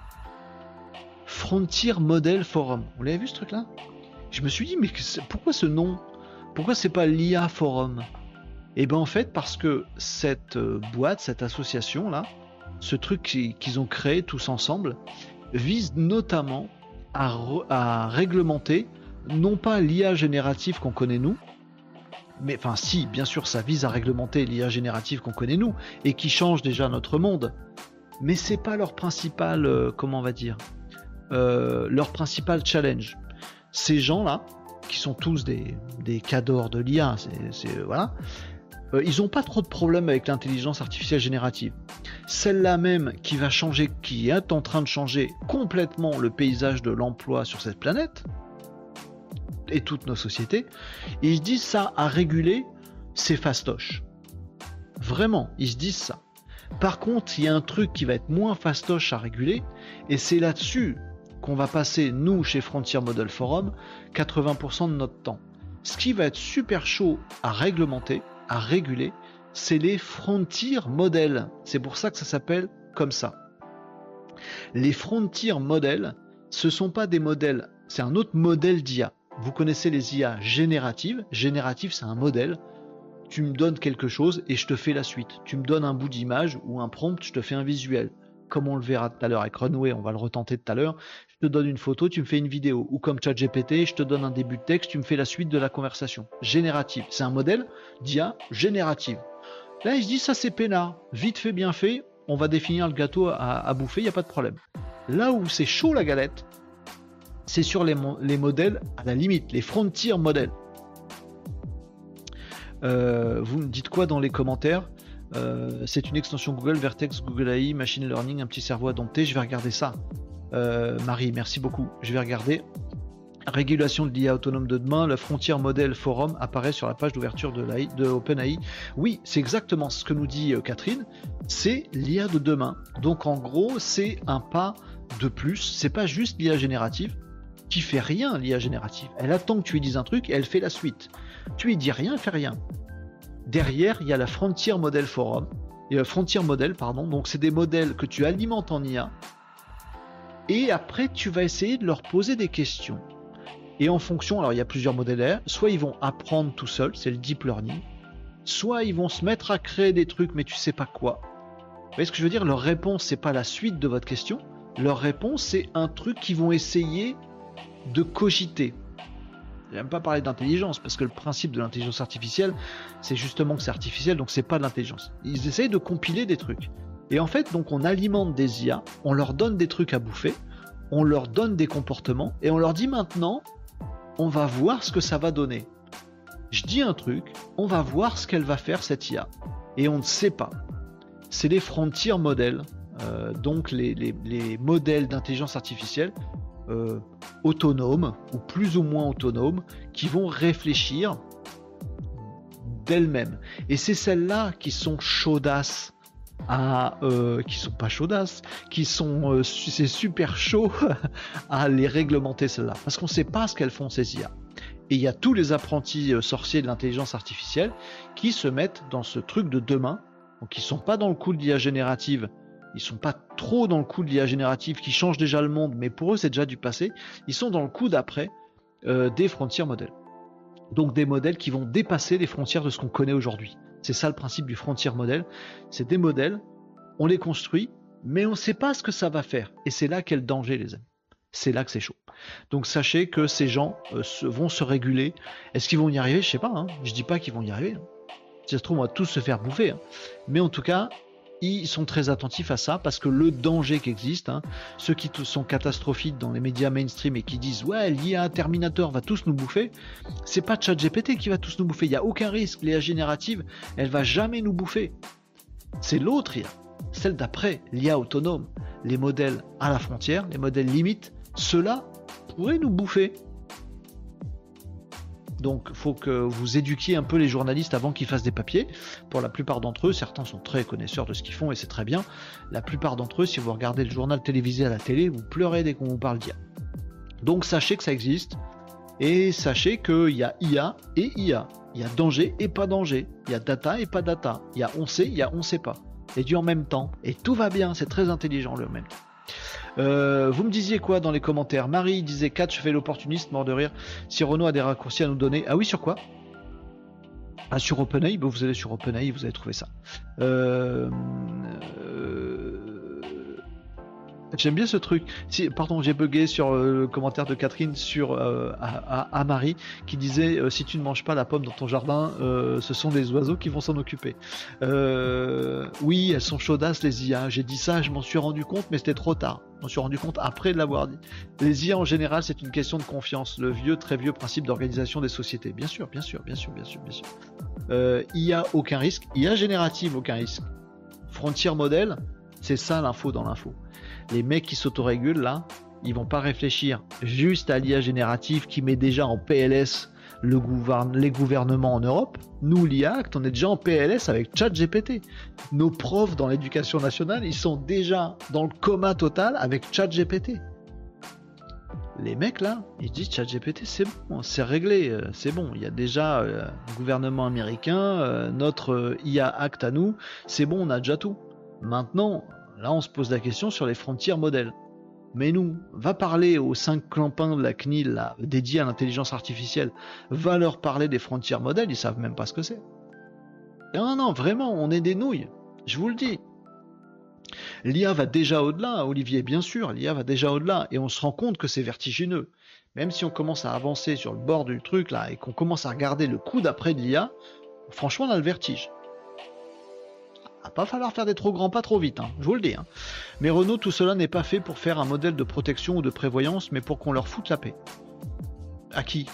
Frontier Model Forum. Vous l'avez vu ce truc-là? Je me suis dit, mais pourquoi ce nom? Pourquoi c'est pas l'I A Forum? Et bien en fait, parce que cette boîte, cette association-là, ce truc qu'ils ont créé tous ensemble, vise notamment à, re, à réglementer, non pas l'I A générative qu'on connaît nous, mais enfin si, bien sûr, ça vise à réglementer l'I A générative qu'on connaît nous, et qui change déjà notre monde, mais c'est pas leur principal, euh, comment on va dire, Euh, leur principal challenge. Ces gens-là, qui sont tous des, des cadors de l'I A, c'est, c'est, voilà, euh, ils n'ont pas trop de problèmes avec l'intelligence artificielle générative. Celle-là même qui va changer, qui est en train de changer complètement le paysage de l'emploi sur cette planète, et toutes nos sociétés, et ils se disent ça à réguler, c'est fastoche. Vraiment, ils se disent ça. Par contre, il y a un truc qui va être moins fastoche à réguler, et c'est là-dessus qu'on va passer, nous, chez Frontier Model Forum, quatre-vingts pour cent de notre temps. Ce qui va être super chaud à réglementer, à réguler, c'est les Frontier Models. C'est pour ça que ça s'appelle comme ça. Les Frontier Models, ce ne sont pas des modèles, c'est un autre modèle d'I A. Vous connaissez les I A génératives. Générative, c'est un modèle. Tu me donnes quelque chose et je te fais la suite. Tu me donnes un bout d'image ou un prompt, je te fais un visuel. Comme on le verra tout à l'heure avec Runway, on va le retenter tout à l'heure. Je te donne une photo, tu me fais une vidéo. Ou comme ChatGPT, je te donne un début de texte, tu me fais la suite de la conversation. Générative, c'est un modèle d'I A générative. Là, il se dit, ça c'est peinard. Vite fait, bien fait, on va définir le gâteau à, à bouffer, il n'y a pas de problème. Là où c'est chaud la galette, c'est sur les, mo- les modèles, à la limite, les frontier modèles. Euh, vous me dites quoi dans les commentaires? euh, C'est une extension Google, Vertex, Google A I, Machine Learning, un petit cerveau adopté. Je vais regarder ça. Euh, Marie, merci beaucoup. Je vais regarder. Régulation de l'I A autonome de demain, le Frontier Model Forum apparaît sur la page d'ouverture de, l'A I, de OpenAI. Oui, c'est exactement ce que nous dit euh, Catherine. C'est l'I A de demain. Donc en gros, c'est un pas de plus. C'est pas juste l'I A générative qui fait rien, l'I A générative. Elle attend que tu lui dises un truc et elle fait la suite. Tu lui dis rien, elle fait rien. Derrière, il y a la Frontier Model Forum, et le Frontier Model, pardon. Donc c'est des modèles que tu alimentes en I A. Et après, tu vas essayer de leur poser des questions. Et en fonction, alors il y a plusieurs modèles, soit ils vont apprendre tout seuls, c'est le deep learning, soit ils vont se mettre à créer des trucs, mais tu sais pas quoi. Vous voyez ce que je veux dire? Leur réponse, c'est pas la suite de votre question. Leur réponse, c'est un truc qu'ils vont essayer de cogiter. J'aime pas parler d'intelligence, parce que le principe de l'intelligence artificielle, c'est justement que c'est artificiel, donc c'est pas de l'intelligence. Ils essayent de compiler des trucs. Et en fait, donc on alimente des I A, on leur donne des trucs à bouffer, on leur donne des comportements, et on leur dit maintenant, on va voir ce que ça va donner. Je dis un truc, on va voir ce qu'elle va faire cette I A. Et on ne sait pas. C'est les frontier models, euh, donc les, les, les modèles d'intelligence artificielle euh, autonomes, ou plus ou moins autonomes, qui vont réfléchir d'elles-mêmes. Et c'est celles-là qui sont chaudasses à euh, qui sont pas chaudasses, qui sont euh, c'est super chaud à les réglementer celles-là, parce qu'on sait pas ce qu'elles font ces I A. Et il y a tous les apprentis euh, sorciers de l'intelligence artificielle qui se mettent dans ce truc de demain, donc ils sont pas dans le coup de l'I A générative, ils sont pas trop dans le coup de l'I A générative qui change déjà le monde, mais pour eux c'est déjà du passé, ils sont dans le coup d'après euh, des frontier models. Donc des modèles qui vont dépasser les frontières de ce qu'on connaît aujourd'hui. C'est ça le principe du frontier model. C'est des modèles, on les construit, mais on ne sait pas ce que ça va faire. Et c'est là qu'est le danger, les amis. C'est là que c'est chaud. Donc sachez que ces gens euh, se, vont se réguler. Est-ce qu'ils vont y arriver? Je ne sais pas. Hein. Je ne dis pas qu'ils vont y arriver. Hein. Si ça se trouve, on va tous se faire bouffer. Hein. Mais en tout cas, ils sont très attentifs à ça parce que le danger qui existe, hein, ceux qui sont catastrophiques dans les médias mainstream et qui disent ouais, l'I A Terminator va tous nous bouffer, c'est pas ChatGPT qui va tous nous bouffer, il n'y a aucun risque, l'I A générative, elle va jamais nous bouffer. C'est l'autre I A, celle d'après, l'I A autonome, les modèles à la frontière, les modèles limites, ceux-là pourraient nous bouffer. Donc il faut que vous éduquiez un peu les journalistes avant qu'ils fassent des papiers. Pour la plupart d'entre eux, certains sont très connaisseurs de ce qu'ils font et c'est très bien. La plupart d'entre eux, si vous regardez le journal télévisé à la télé, vous pleurez dès qu'on vous parle d'I A. Donc sachez que ça existe et sachez qu'il y a I A et I A. Il y a danger et pas danger. Il y a data et pas data. Il y a on sait, il y a on sait pas. Et du en même temps. Et tout va bien, c'est très intelligent le même temps. Euh, vous me disiez quoi dans les commentaires? Marie disait Catch fait l'opportuniste, mort de rire. Si Renault a des raccourcis à nous donner. Ah oui, sur quoi? Ah, sur OpenAI, bon, vous allez sur OpenAI, vous allez trouver ça. Euh, euh, J'aime bien ce truc. Si, pardon, j'ai bugué sur euh, le commentaire de Catherine sur euh, à, à, à Marie qui disait euh, si tu ne manges pas la pomme dans ton jardin, euh, ce sont les oiseaux qui vont s'en occuper. Euh, oui, elles sont chaudasses les I A. J'ai dit ça, je m'en suis rendu compte, mais c'était trop tard. Je m'en suis rendu compte après de l'avoir dit. Les I A en général, c'est une question de confiance. Le vieux, très vieux principe d'organisation des sociétés. Bien sûr, bien sûr, bien sûr, bien sûr, bien sûr. Euh, I A, aucun risque. I A générative, aucun risque. Frontier modèle, c'est ça l'info dans l'info. Les mecs qui s'autorégulent là, ils vont pas réfléchir juste à l'I A générative qui met déjà en P L S le gouverne, les gouvernements en Europe. Nous, l'I A Act, on est déjà en P L S avec ChatGPT. Nos profs dans l'éducation nationale, ils sont déjà dans le coma total avec ChatGPT. Les mecs là, ils disent ChatGPT, c'est bon, c'est réglé, c'est bon. Il y a déjà euh, le gouvernement américain, euh, notre euh, I A Act à nous, c'est bon, on a déjà tout. Maintenant, là, on se pose la question sur les frontières modèles. Mais nous, va parler aux cinq clampins de la C N I L là, dédiés à l'intelligence artificielle, va leur parler des frontières modèles, ils savent même pas ce que c'est. Non, non, vraiment, on est des nouilles. Je vous le dis. L'I A va déjà au-delà, Olivier, bien sûr, l'I A va déjà au-delà, et on se rend compte que c'est vertigineux. Même si on commence à avancer sur le bord du truc là, et qu'on commence à regarder le coup d'après de l'I A, franchement, on a le vertige. Va pas falloir faire des trop grands pas trop vite, hein, je vous le dis. Hein. Mais Renault, tout cela n'est pas fait pour faire un modèle de protection ou de prévoyance, mais pour qu'on leur foute la paix. À qui?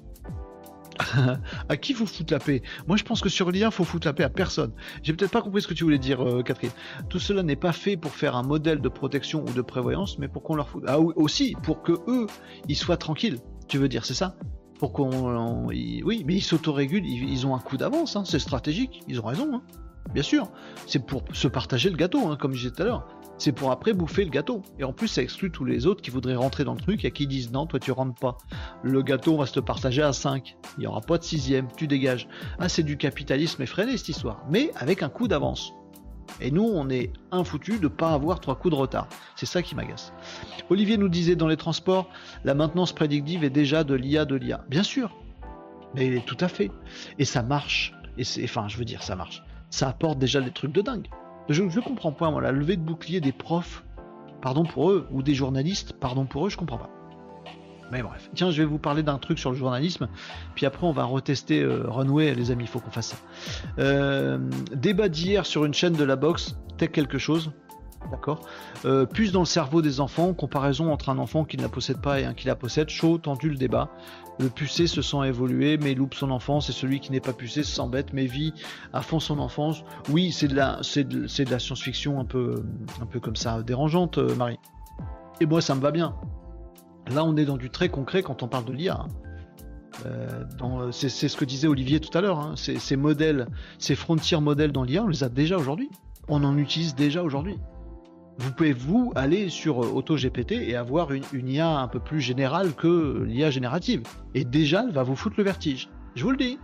À qui faut foutre la paix? Moi je pense que sur l'I A, faut foutre la paix à personne. J'ai peut-être pas compris ce que tu voulais dire, euh, Catherine. Tout cela n'est pas fait pour faire un modèle de protection ou de prévoyance, mais pour qu'on leur foute... Ah oui, aussi, pour que eux, ils soient tranquilles. Tu veux dire, c'est ça? Pour qu'on... On... Ils... Oui, mais ils s'autorégulent, ils... ils ont un coup d'avance, hein. C'est stratégique, ils ont raison, hein. Bien sûr, c'est pour se partager le gâteau, hein, comme je disais tout à l'heure. C'est pour après bouffer le gâteau. Et en plus, ça exclut tous les autres qui voudraient rentrer dans le truc et qui disent non, toi tu rentres pas. Le gâteau, on va se le partager à cinq. Il n'y aura pas de sixième, tu dégages. Ah, c'est du capitalisme effréné cette histoire. Mais avec un coup d'avance. Et nous, on est infoutus de pas avoir trois coups de retard. C'est ça qui m'agace. Olivier nous disait dans les transports, la maintenance prédictive est déjà de l'I A de l'I A. Bien sûr. Mais tout à fait. Et ça marche. Et c'est, enfin, je veux dire, ça marche. Ça apporte déjà des trucs de dingue. Je ne comprends pas, moi, la levée de bouclier des profs, pardon pour eux, ou des journalistes, pardon pour eux, je comprends pas. Mais bref. Tiens, je vais vous parler d'un truc sur le journalisme, puis après on va retester euh, Runway, les amis, il faut qu'on fasse ça. Euh, débat d'hier sur une chaîne de la boxe, tech quelque chose, d'accord. Euh, puce dans le cerveau des enfants, comparaison entre un enfant qui ne la possède pas et un qui la possède, chaud, tendu le débat. Le pucé se sent évoluer, mais loupe son enfance, et celui qui n'est pas pucé s'embête, mais vit à fond son enfance. Oui, c'est de la, c'est de, c'est de la science-fiction un peu, un peu comme ça, dérangeante, euh, Marie. Et moi, ça me va bien. Là, on est dans du très concret quand on parle de l'I A. Hein. Euh, dans, c'est, c'est ce que disait Olivier tout à l'heure. Hein. Ces, ces modèles, ces frontières modèles dans l'I A, on les a déjà aujourd'hui. On en utilise déjà aujourd'hui. Vous pouvez vous aller sur AutoGPT et avoir une, une I A un peu plus générale que l'I A générative. Et déjà, elle va vous foutre le vertige. Je vous le dis.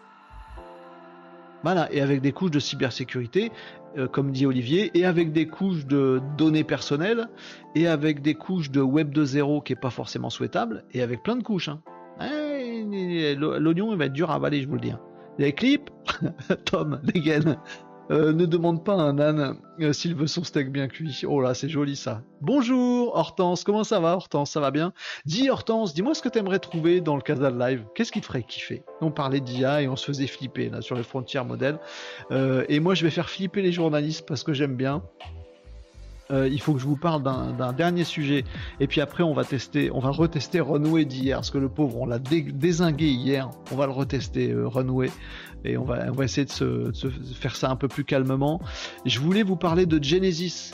Voilà, et avec des couches de cybersécurité, euh, comme dit Olivier, et avec des couches de données personnelles, et avec des couches de Web deux point zéro qui n'est pas forcément souhaitable, et avec plein de couches. Hein. Eh, l'oignon, il va être dur à avaler, je vous le dis. Hein. Les clips, Tom, dégaine. Euh, ne demande pas à un âne euh, s'il veut son steak bien cuit. Oh là, c'est joli ça. Bonjour Hortense, comment ça va Hortense, ça va bien? Dis Hortense, dis-moi ce que t'aimerais trouver dans le Casal Live. Qu'est-ce qui te ferait kiffer? On parlait d'I A et on se faisait flipper là sur les frontières modèles. Euh, et moi je vais faire flipper les journalistes parce que j'aime bien. Euh, il faut que je vous parle d'un, d'un dernier sujet et puis après on va tester, on va retester Runway d'hier parce que le pauvre on l'a dé- dézingué hier, on va le retester euh, Runway et on va, on va essayer de se, de se faire ça un peu plus calmement. Je voulais vous parler de Genesis.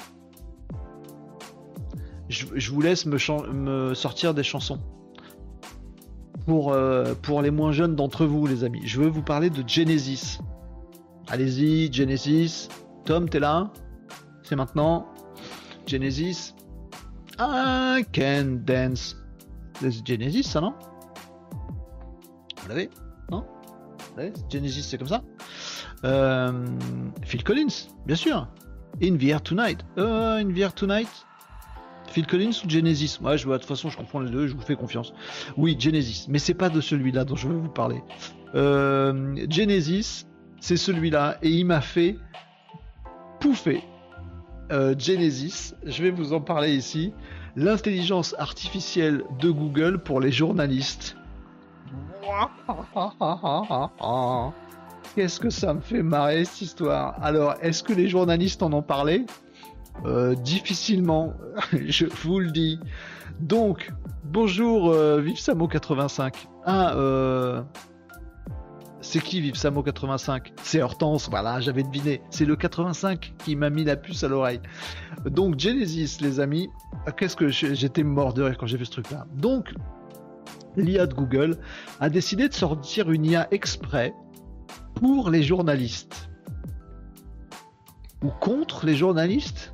Je, je vous laisse me, chan- me sortir des chansons pour, euh, pour les moins jeunes d'entre vous les amis. Je veux vous parler de Genesis. Allez-y Genesis. Tom t'es là? C'est maintenant. Genesis, I can dance. C'est Genesis, ça, non? Vous l'avez? Non? Vous l'avez? Genesis, c'est comme ça. Euh, Phil Collins, bien sûr. In the Air Tonight. Euh, In the Air Tonight. Phil Collins ou Genesis? Ouais, je vois, de toute façon, je comprends les deux, je vous fais confiance. Oui, Genesis, mais c'est pas de celui-là dont je veux vous parler. Euh, Genesis, c'est celui-là, et il m'a fait pouffer. Euh, Genesis, je vais vous en parler ici. L'intelligence artificielle de Google pour les journalistes. Qu'est-ce que ça me fait marrer cette histoire. Alors, est-ce que les journalistes en ont parlé? euh, Difficilement, je vous le dis. Donc, bonjour euh, Vive Samo quatre-vingt-cinq. Ah, euh... c'est qui Vive Samo quatre-vingt-cinq? C'est Hortense, voilà, j'avais deviné. C'est le quatre-vingt-cinq qui m'a mis la puce à l'oreille. Donc Genesis, les amis, qu'est-ce que j'étais mort de rire quand j'ai vu ce truc-là. Donc, l'I A de Google a décidé de sortir une I A exprès pour les journalistes. Ou contre les journalistes?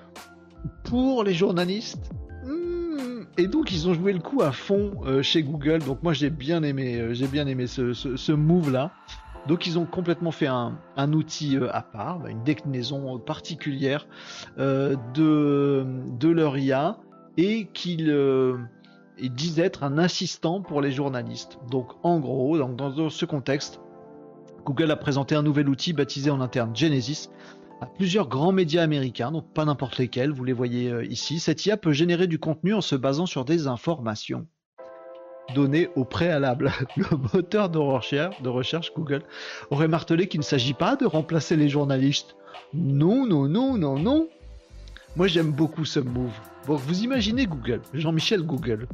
Pour les journalistes? Et donc ils ont joué le coup à fond euh, chez Google. Donc moi j'ai bien aimé, euh, j'ai bien aimé ce, ce, ce move là. Donc ils ont complètement fait un, un outil euh, à part, une déclinaison particulière euh, de, de leur I A et qu'ils euh, ils disent être un assistant pour les journalistes. Donc en gros, donc, dans ce contexte, Google a présenté un nouvel outil baptisé en interne Genesis à plusieurs grands médias américains, donc pas n'importe lesquels, vous les voyez euh, ici. Cette I A peut générer du contenu en se basant sur des informations données au préalable. Le moteur de recherche, de recherche Google aurait martelé qu'il ne s'agit pas de remplacer les journalistes. Non, non, non, non, non. Moi j'aime beaucoup ce move. Bon, vous imaginez Google, Jean-Michel Google.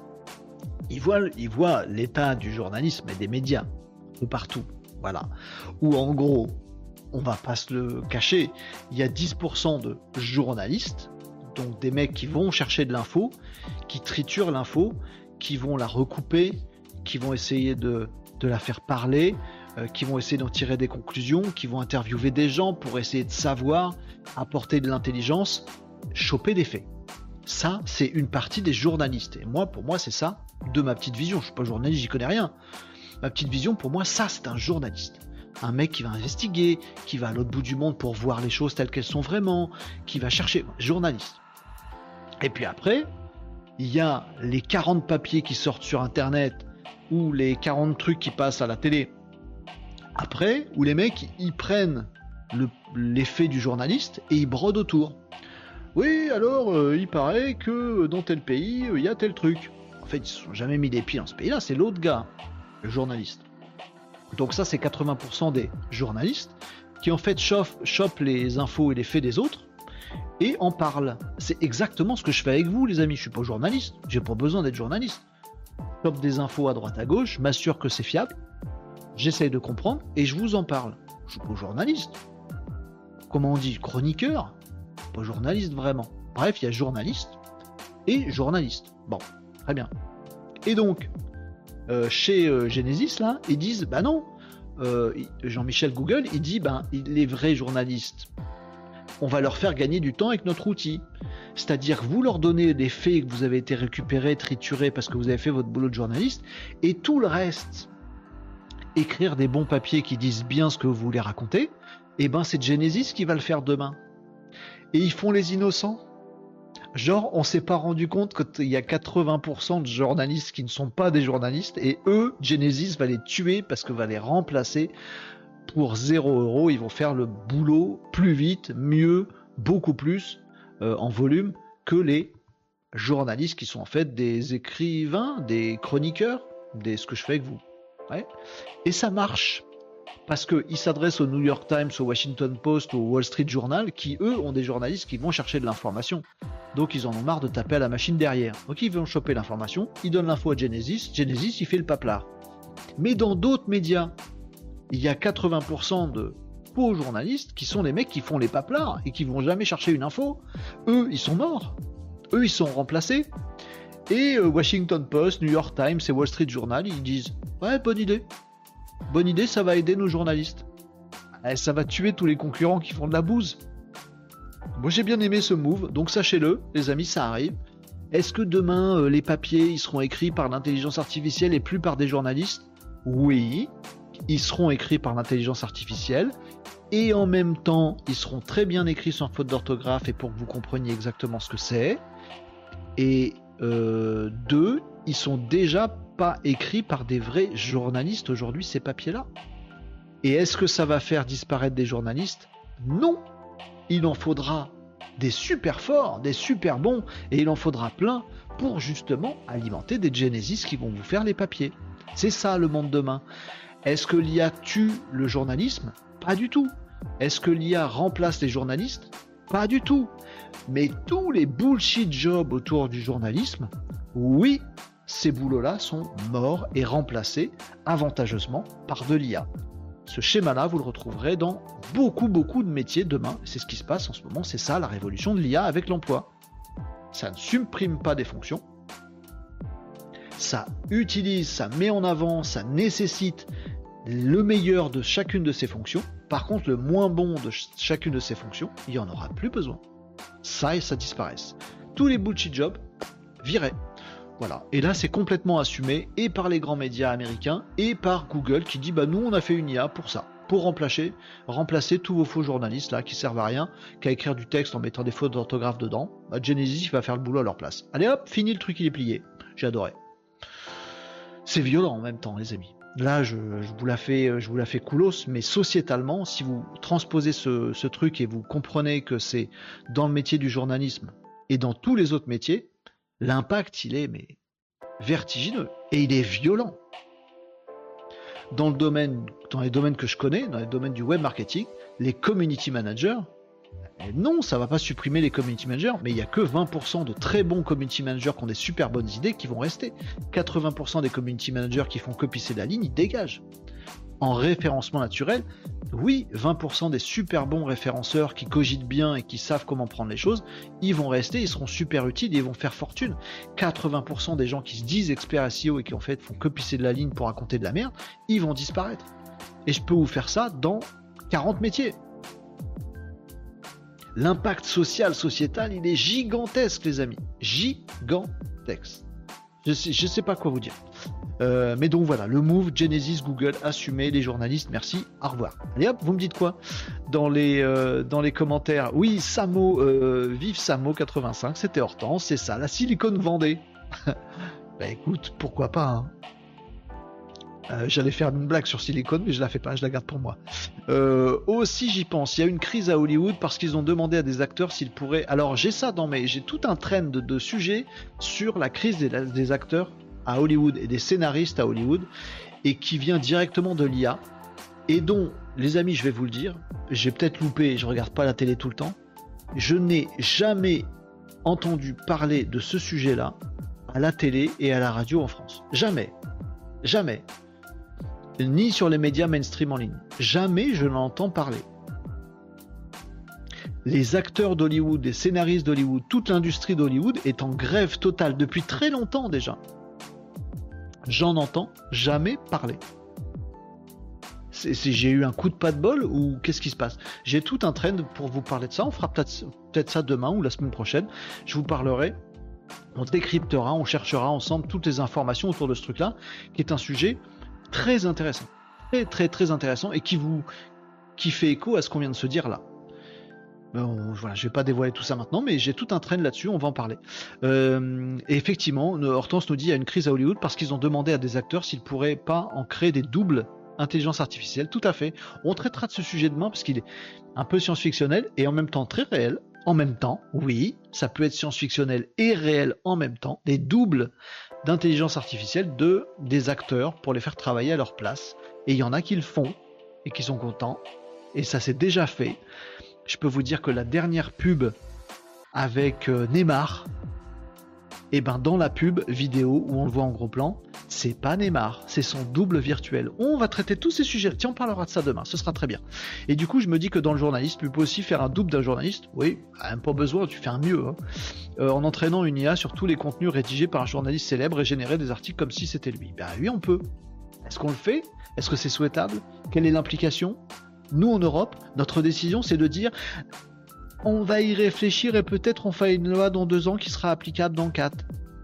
Il voit, il voit l'état du journalisme et des médias de partout. Voilà. Où en gros, on va pas se le cacher, il y a dix pour cent de journalistes, donc des mecs qui vont chercher de l'info, qui triturent l'info, qui vont la recouper, qui vont essayer de, de la faire parler, euh, qui vont essayer d'en tirer des conclusions, qui vont interviewer des gens pour essayer de savoir, apporter de l'intelligence, choper des faits. Ça, c'est une partie des journalistes. Et moi, pour moi, c'est ça, de ma petite vision. Je suis pas journaliste, j'y connais rien. Ma petite vision, pour moi, ça, c'est un journaliste. Un mec qui va investiguer, qui va à l'autre bout du monde pour voir les choses telles qu'elles sont vraiment, qui va chercher, journaliste. Et puis après, il y a les quarante papiers qui sortent sur internet ou les quarante trucs qui passent à la télé. Après, où les mecs, ils prennent le, l'effet du journaliste et ils brodent autour. Oui, alors, euh, il paraît que dans tel pays, il euh, y a tel truc. En fait, ils ne se sont jamais mis les pieds dans ce pays-là, c'est l'autre gars, le journaliste. Donc ça, c'est quatre-vingts pour cent des journalistes qui en fait chopent, chopent les infos et les faits des autres et en parlent. C'est exactement ce que je fais avec vous, les amis. Je suis pas journaliste, j'ai pas besoin d'être journaliste. Je chope des infos à droite à gauche, je m'assure que c'est fiable, j'essaye de comprendre et je vous en parle. Je suis pas journaliste. Comment on dit? Chroniqueur? Pas journaliste vraiment. Bref, il y a journaliste et journaliste. Bon, très bien. Et donc, Euh, chez euh, Genesis là, ils disent bah non, euh, Jean-Michel Google il dit ben les vrais journalistes on va leur faire gagner du temps avec notre outil. C'est-à-dire que vous leur donnez des faits que vous avez été récupérés, triturés parce que vous avez fait votre boulot de journaliste, et tout le reste, écrire des bons papiers qui disent bien ce que vous voulez raconter, et ben c'est Genesis qui va le faire demain. Et ils font les innocents. Genre, on s'est pas rendu compte qu'il y a quatre-vingts pour cent de journalistes qui ne sont pas des journalistes, et eux, Genesis va les tuer parce que va les remplacer pour zéro euro. Ils vont faire le boulot plus vite, mieux, beaucoup plus euh, en volume que les journalistes qui sont en fait des écrivains, des chroniqueurs, des ce que je fais avec vous. Ouais. Et ça marche parce qu'ils s'adressent au New York Times, au Washington Post, au Wall Street Journal, qui eux ont des journalistes qui vont chercher de l'information. Donc ils en ont marre de taper à la machine derrière. Donc ils vont choper l'information, ils donnent l'info à Genesis, Genesis il fait le paplard. Mais dans d'autres médias, il y a quatre-vingts pour cent de faux journalistes qui sont les mecs qui font les paplards et qui vont jamais chercher une info. Eux, ils sont morts. Eux, ils sont remplacés. Et euh, Washington Post, New York Times et Wall Street Journal, ils disent « Ouais, bonne idée. Bonne idée, ça va aider nos journalistes. Et ça va tuer tous les concurrents qui font de la bouse. » Moi, j'ai bien aimé ce move, donc sachez-le, les amis, ça arrive. Est-ce que demain, euh, les papiers, ils seront écrits par l'intelligence artificielle et plus par des journalistes ? Oui, ils seront écrits par l'intelligence artificielle. Et en même temps, ils seront très bien écrits sans faute d'orthographe et pour que vous compreniez exactement ce que c'est. Et euh, deux, ils sont déjà pas écrits par des vrais journalistes aujourd'hui, ces papiers-là. Et est-ce que ça va faire disparaître des journalistes ? Non. Il en faudra des super forts, des super bons, et il en faudra plein pour justement alimenter des Genesis qui vont vous faire les papiers. C'est ça le monde demain. Est-ce que l'I A tue le journalisme ? Pas du tout. Est-ce que l'I A remplace les journalistes ? Pas du tout. Mais tous les bullshit jobs autour du journalisme, oui, ces boulots-là sont morts et remplacés avantageusement par de l'I A. Ce schéma-là, vous le retrouverez dans beaucoup, beaucoup de métiers demain. C'est ce qui se passe en ce moment, c'est ça la révolution de l'I A avec l'emploi. Ça ne supprime pas des fonctions. Ça utilise, ça met en avant, ça nécessite le meilleur de chacune de ces fonctions. Par contre, le moins bon de ch- chacune de ces fonctions, il n'y en aura plus besoin. Ça et ça disparaissent. Tous les bullshit jobs, virés. Voilà. Et là, c'est complètement assumé et par les grands médias américains et par Google qui dit bah nous on a fait une I A pour ça, pour remplacer, remplacer tous vos faux journalistes là qui servent à rien, qu'à écrire du texte en mettant des fautes d'orthographe dedans. Bah, Genesis va faire le boulot à leur place. Allez hop, fini le truc, il est plié. J'ai adoré. C'est violent en même temps, les amis. Là, je, je vous la fais, je vous la fais coolos, mais sociétalement, si vous transposez ce, ce truc et vous comprenez que c'est dans le métier du journalisme et dans tous les autres métiers, l'impact, il est mais vertigineux et il est violent. Dans le domaine, dans les domaines que je connais, dans les domaines du web marketing, les community managers, non, ça va pas supprimer les community managers, mais il y a que vingt pour cent de très bons community managers qui ont des super bonnes idées qui vont rester. quatre-vingts pour cent des community managers qui font que pisser de la ligne, ils dégagent. En référencement naturel, oui, vingt pour cent des super bons référenceurs qui cogitent bien et qui savent comment prendre les choses, ils vont rester, ils seront super utiles et ils vont faire fortune. quatre-vingts pour cent des gens qui se disent experts S E O et qui en fait font que pisser de la ligne pour raconter de la merde, ils vont disparaître. Et je peux vous faire ça dans quarante métiers. L'impact social, sociétal, il est gigantesque, les amis. Gigantesque. Je sais, je sais pas quoi vous dire. Euh, mais donc voilà, le move, Genesis, Google, assumez, les journalistes, merci, au revoir. Allez hop, vous me dites quoi dans les, euh, dans les commentaires? Oui, Samo, euh, vive Samo quatre-vingt-cinq, c'était Hortense, c'est ça, la Silicon Vendée. Bah écoute, pourquoi pas, hein. Euh, j'allais faire une blague sur Silicon, mais je la fais pas, je la garde pour moi. Euh, aussi, j'y pense. Il y a une crise à Hollywood parce qu'ils ont demandé à des acteurs s'ils pourraient. Alors, j'ai ça dans mes, j'ai tout un trend de, de sujets sur la crise des, des acteurs à Hollywood et des scénaristes à Hollywood, et qui vient directement de l'I A, et dont, les amis, je vais vous le dire, j'ai peut-être loupé, je regarde pas la télé tout le temps. Je n'ai jamais entendu parler de ce sujet-là à la télé et à la radio en France. Jamais, jamais. Ni sur les médias mainstream en ligne. Jamais je n'entends parler. Les acteurs d'Hollywood, les scénaristes d'Hollywood, toute l'industrie d'Hollywood est en grève totale depuis très longtemps déjà. J'en entends jamais parler. c'est, c'est, j'ai eu un coup de pas de bol ou qu'est-ce qui se passe? J'ai tout un trend pour vous parler de ça. On fera peut-être, peut-être ça demain ou la semaine prochaine. Je vous parlerai. On décryptera, on cherchera ensemble toutes les informations autour de ce truc-là, qui est un sujet très intéressant, très très très intéressant et qui vous, qui fait écho à ce qu'on vient de se dire là. Bon, voilà, je vais pas dévoiler tout ça maintenant, mais j'ai tout un trend là-dessus, on va en parler. Euh, et effectivement, Hortense nous dit qu'il y a une crise à Hollywood parce qu'ils ont demandé à des acteurs s'ils pourraient pas en créer des doubles intelligence artificielle. Tout à fait. On traitera de ce sujet demain parce qu'il est un peu science-fictionnel et en même temps très réel. En même temps, oui, ça peut être science-fictionnel et réel en même temps. Des doubles d'intelligence artificielle de des acteurs pour les faire travailler à leur place. Et il y en a qui le font et qui sont contents. Et ça s'est déjà fait. Je peux vous dire que la dernière pub avec euh, Neymar, et ben dans la pub vidéo où on le voit en gros plan, c'est pas Neymar, c'est son double virtuel. On va traiter tous ces sujets. Tiens, on parlera de ça demain, ce sera très bien. Et du coup, je me dis que dans le journalisme, tu peux aussi faire un double d'un journaliste. Oui, même pas besoin, tu fais un mieux. Hein. Euh, en entraînant une I A sur tous les contenus rédigés par un journaliste célèbre et générer des articles comme si c'était lui. Ben oui, on peut. Est-ce qu'on le fait? Est-ce que c'est souhaitable? Quelle est l'implication? Nous, en Europe, notre décision, c'est de dire on va y réfléchir et peut-être on fait une loi dans deux ans qui sera applicable dans quatre.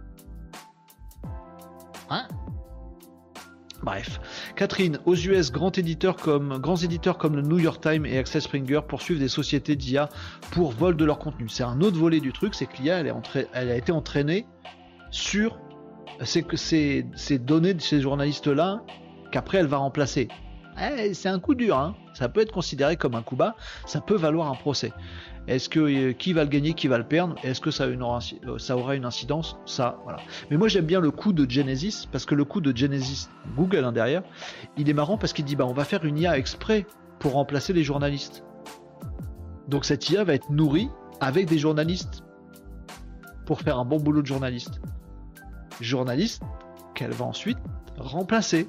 Hein? Bref. Catherine, aux U S, grands éditeurs comme, grands éditeurs comme le New York Times et Axel Springer poursuivent des sociétés d'I A pour vol de leur contenu. C'est un autre volet du truc, c'est que l'I A, elle, elle a été entraînée sur ces, ces, ces données de ces journalistes-là qu'après elle va remplacer. Eh, c'est un coup dur, hein. Ça peut être considéré comme un coup bas, ça peut valoir un procès. Est-ce que euh, qui va le gagner, qui va le perdre? Est-ce que ça, a une, ça aura une incidence? Ça, voilà. Mais moi j'aime bien le coup de Genesis, parce que le coup de Genesis, Google hein, derrière, il est marrant parce qu'il dit bah on va faire une I A exprès pour remplacer les journalistes. Donc cette I A va être nourrie avec des journalistes pour faire un bon boulot de journaliste. Journaliste qu'elle va ensuite remplacer.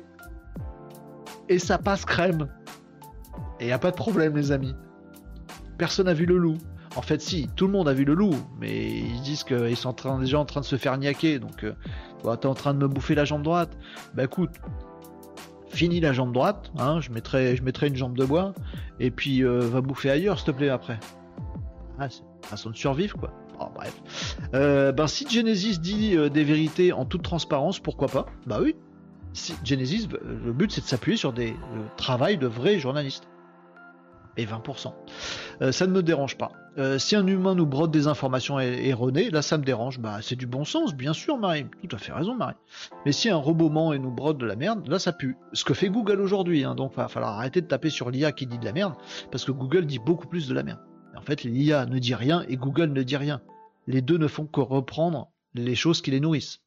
Et ça passe crème. Et y a pas de problème les amis. Personne n'a vu le loup. En fait si, tout le monde a vu le loup, mais ils disent qu'ils sont en train, déjà en train de se faire niaquer, donc euh, bah, t'es en train de me bouffer la jambe droite. Bah écoute, finis la jambe droite, hein, je mettrai, je mettrai une jambe de bois, et puis euh, va bouffer ailleurs s'il te plaît après. Ah, c'est une façon de survivre quoi. Oh, bref. Euh, ben si Genesis dit euh, des vérités en toute transparence, pourquoi pas? Bah oui. Si Genesis, le but c'est de s'appuyer sur des le travail de vrais journalistes. Et vingt pour cent. Euh, ça ne me dérange pas. Euh, si un humain nous brode des informations er- erronées, là ça me dérange. Bah c'est du bon sens, bien sûr Marie. Tout à fait raison Marie. Mais si un robot ment et nous brode de la merde, là ça pue. Ce que fait Google aujourd'hui, hein, donc il va falloir arrêter de taper sur l'I A qui dit de la merde, parce que Google dit beaucoup plus de la merde. En fait l'I A ne dit rien et Google ne dit rien. Les deux ne font que reprendre les choses qui les nourrissent.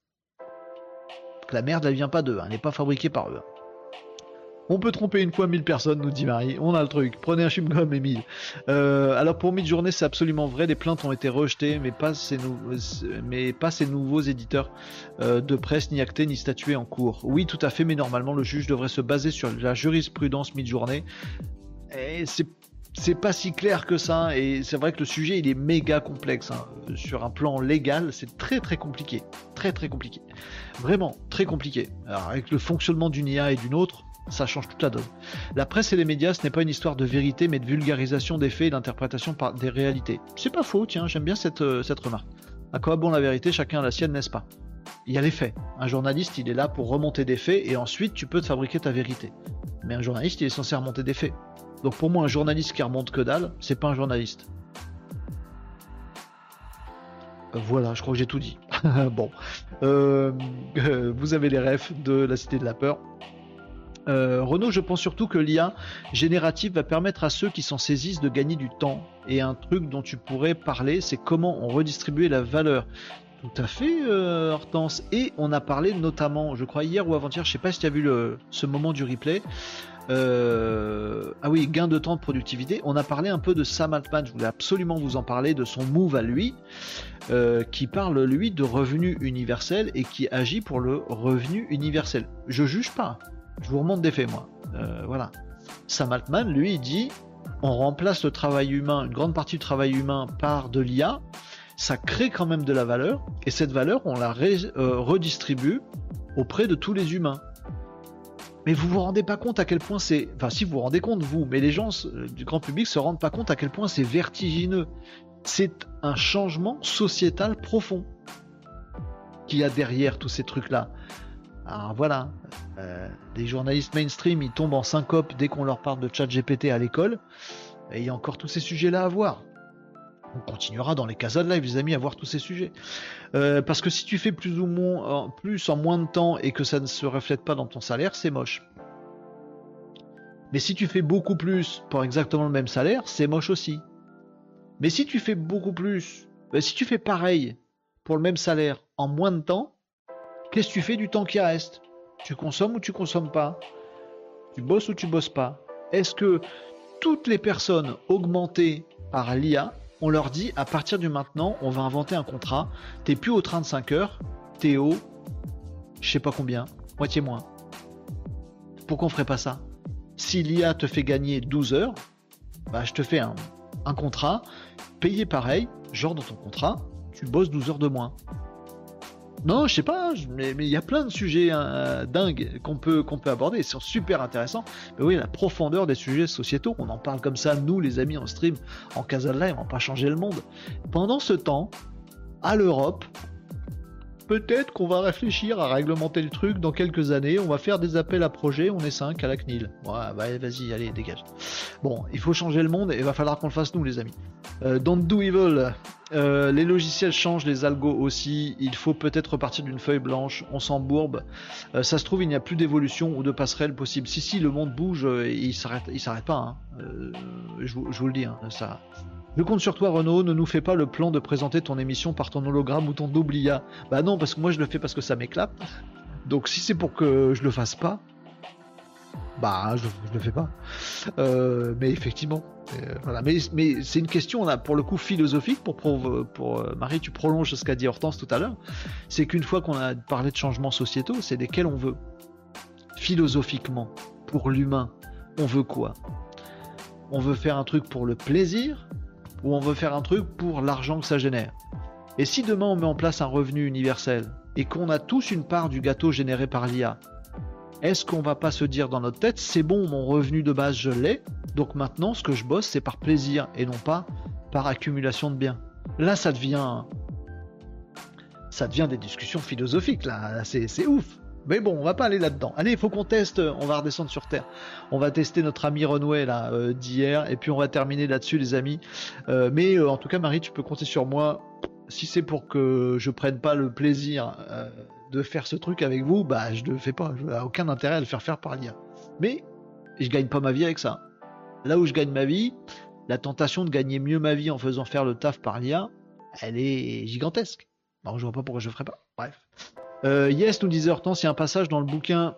La merde, elle vient pas d'eux, hein, elle n'est pas fabriquée par eux. On peut tromper une fois mille personnes, nous dit Marie. On a le truc. Prenez un chewing-gum et mille. Euh, alors pour Midjourney, c'est absolument vrai. Les plaintes ont été rejetées, mais pas ces, nou- mais pas ces nouveaux éditeurs euh, de presse, ni actés, ni statués en cours. Oui, tout à fait, mais normalement, le juge devrait se baser sur la jurisprudence Midjourney. Et c'est c'est pas si clair que ça, et c'est vrai que le sujet il est méga complexe. Hein. Sur un plan légal, c'est très très compliqué. Très très compliqué. Vraiment très compliqué. Alors avec le fonctionnement d'une I A et d'une autre, ça change toute la donne. La presse et les médias, ce n'est pas une histoire de vérité, mais de vulgarisation des faits et d'interprétation par des réalités. C'est pas faux, tiens, j'aime bien cette, euh, cette remarque. À quoi bon la vérité, chacun a la sienne, n'est-ce pas? Il y a les faits. Un journaliste, il est là pour remonter des faits, et ensuite tu peux te fabriquer ta vérité. Mais un journaliste, il est censé remonter des faits. Donc pour moi, un journaliste qui remonte que dalle, c'est pas un journaliste. Euh, voilà, je crois que j'ai tout dit. Bon. Euh, euh, vous avez les refs de la Cité de la Peur. Euh, Renaud, je pense surtout que l'I A générative va permettre à ceux qui s'en saisissent de gagner du temps. Et un truc dont tu pourrais parler, c'est comment on redistribue la valeur. Tout à fait, euh, Hortense. Et on a parlé notamment, je crois hier ou avant-hier, je sais pas si tu as vu le, ce moment du replay. Euh, ah oui, gain de temps de productivité. On a parlé un peu de Sam Altman. Je voulais absolument vous en parler, de son move à lui, euh, qui parle lui de revenu universel et qui agit pour le revenu universel. Je juge pas. Je vous remonte des faits, moi. Euh, voilà. Sam Altman, lui, il dit on remplace le travail humain, une grande partie du travail humain par de l'I A. Ça crée quand même de la valeur, et cette valeur, on la ré- euh, redistribue auprès de tous les humains. Mais vous vous rendez pas compte à quel point c'est... Enfin, si vous vous rendez compte, vous, mais les gens euh, du grand public se rendent pas compte à quel point c'est vertigineux. C'est un changement sociétal profond qu'il y a derrière tous ces trucs-là. Alors voilà, euh, les journalistes mainstream, ils tombent en syncope dès qu'on leur parle de ChatGPT à l'école. Et il y a encore tous ces sujets-là à voir. On continuera dans les casas de live, les amis, à voir tous ces sujets. Euh, parce que si tu fais plus ou moins, plus en moins de temps et que ça ne se reflète pas dans ton salaire, c'est moche. Mais si tu fais beaucoup plus pour exactement le même salaire, c'est moche aussi. Mais si tu fais beaucoup plus, ben si tu fais pareil pour le même salaire en moins de temps, qu'est-ce que tu fais du temps qui reste? Tu consommes ou tu consommes pas? Tu bosses ou tu bosses pas? Est-ce que toutes les personnes augmentées par l'I A, on leur dit à partir du maintenant, on va inventer un contrat, t'es plus au train de cinq heures, t'es au je sais pas combien, moitié moins. Pourquoi on ferait pas ça? Si l'I A te fait gagner douze heures, bah je te fais un, un contrat, payé pareil, genre dans ton contrat, tu bosses douze heures de moins. Non, je sais pas, mais il y a plein de sujets euh, dingues qu'on peut, qu'on peut aborder, ils sont super intéressants. Mais oui, la profondeur des sujets sociétaux, on en parle comme ça, nous les amis en stream, en Casa de Live, on va pas changer le monde. Pendant ce temps, à l'Europe, peut-être qu'on va réfléchir à réglementer le truc dans quelques années, on va faire des appels à projets, on est cinq à la C N I L. Ouais, bah vas-y, allez, dégage. Bon, il faut changer le monde et il va falloir qu'on le fasse nous les amis. Euh, don't do evil. Euh, les logiciels changent, les algos aussi. Il faut peut-être repartir d'une feuille blanche. On s'embourbe. Euh, ça se trouve, il n'y a plus d'évolution ou de passerelle possible. Si, si, le monde bouge, euh, il s'arrête, il s'arrête pas. Hein. Euh, je, je vous le dis, hein, ça. Je compte sur toi, Renaud. Ne nous fais pas le plan de présenter ton émission par ton hologramme ou ton double I A. Bah non, parce que moi je le fais parce que ça m'éclate. Donc si c'est pour que je le fasse pas, bah je, je le fais pas. Euh, mais effectivement. Euh, voilà. Mais, mais c'est une question là pour le coup philosophique pour, pour, pour euh, Marie, tu prolonges ce qu'a dit Hortense tout à l'heure. C'est qu'une fois qu'on a parlé de changements sociétaux, c'est desquels on veut. Philosophiquement, pour l'humain, on veut quoi? On veut faire un truc pour le plaisir ou on veut faire un truc pour l'argent que ça génère? Et si demain on met en place un revenu universel et qu'on a tous une part du gâteau généré par l'I A, est-ce qu'on va pas se dire dans notre tête, c'est bon, mon revenu de base je l'ai, donc maintenant ce que je bosse c'est par plaisir et non pas par accumulation de biens? Là ça devient ça devient des discussions philosophiques là, là c'est, c'est ouf. Mais bon, on va pas aller là-dedans. Allez, il faut qu'on teste, on va redescendre sur Terre. On va tester notre ami Renouet là euh, d'hier et puis on va terminer là-dessus les amis. Euh, mais euh, en tout cas Marie, tu peux compter sur moi. Si c'est pour que je prenne pas le plaisir euh, de faire ce truc avec vous, bah je le fais pas. Je n'ai aucun intérêt à le faire faire par l'I A. Mais je gagne pas ma vie avec ça. Là où je gagne ma vie, la tentation de gagner mieux ma vie en faisant faire le taf par l'I A, elle est gigantesque. Alors je vois pas pourquoi je le ferais pas. Bref. Euh, yes, nous disait Hortense, il y a un passage dans le bouquin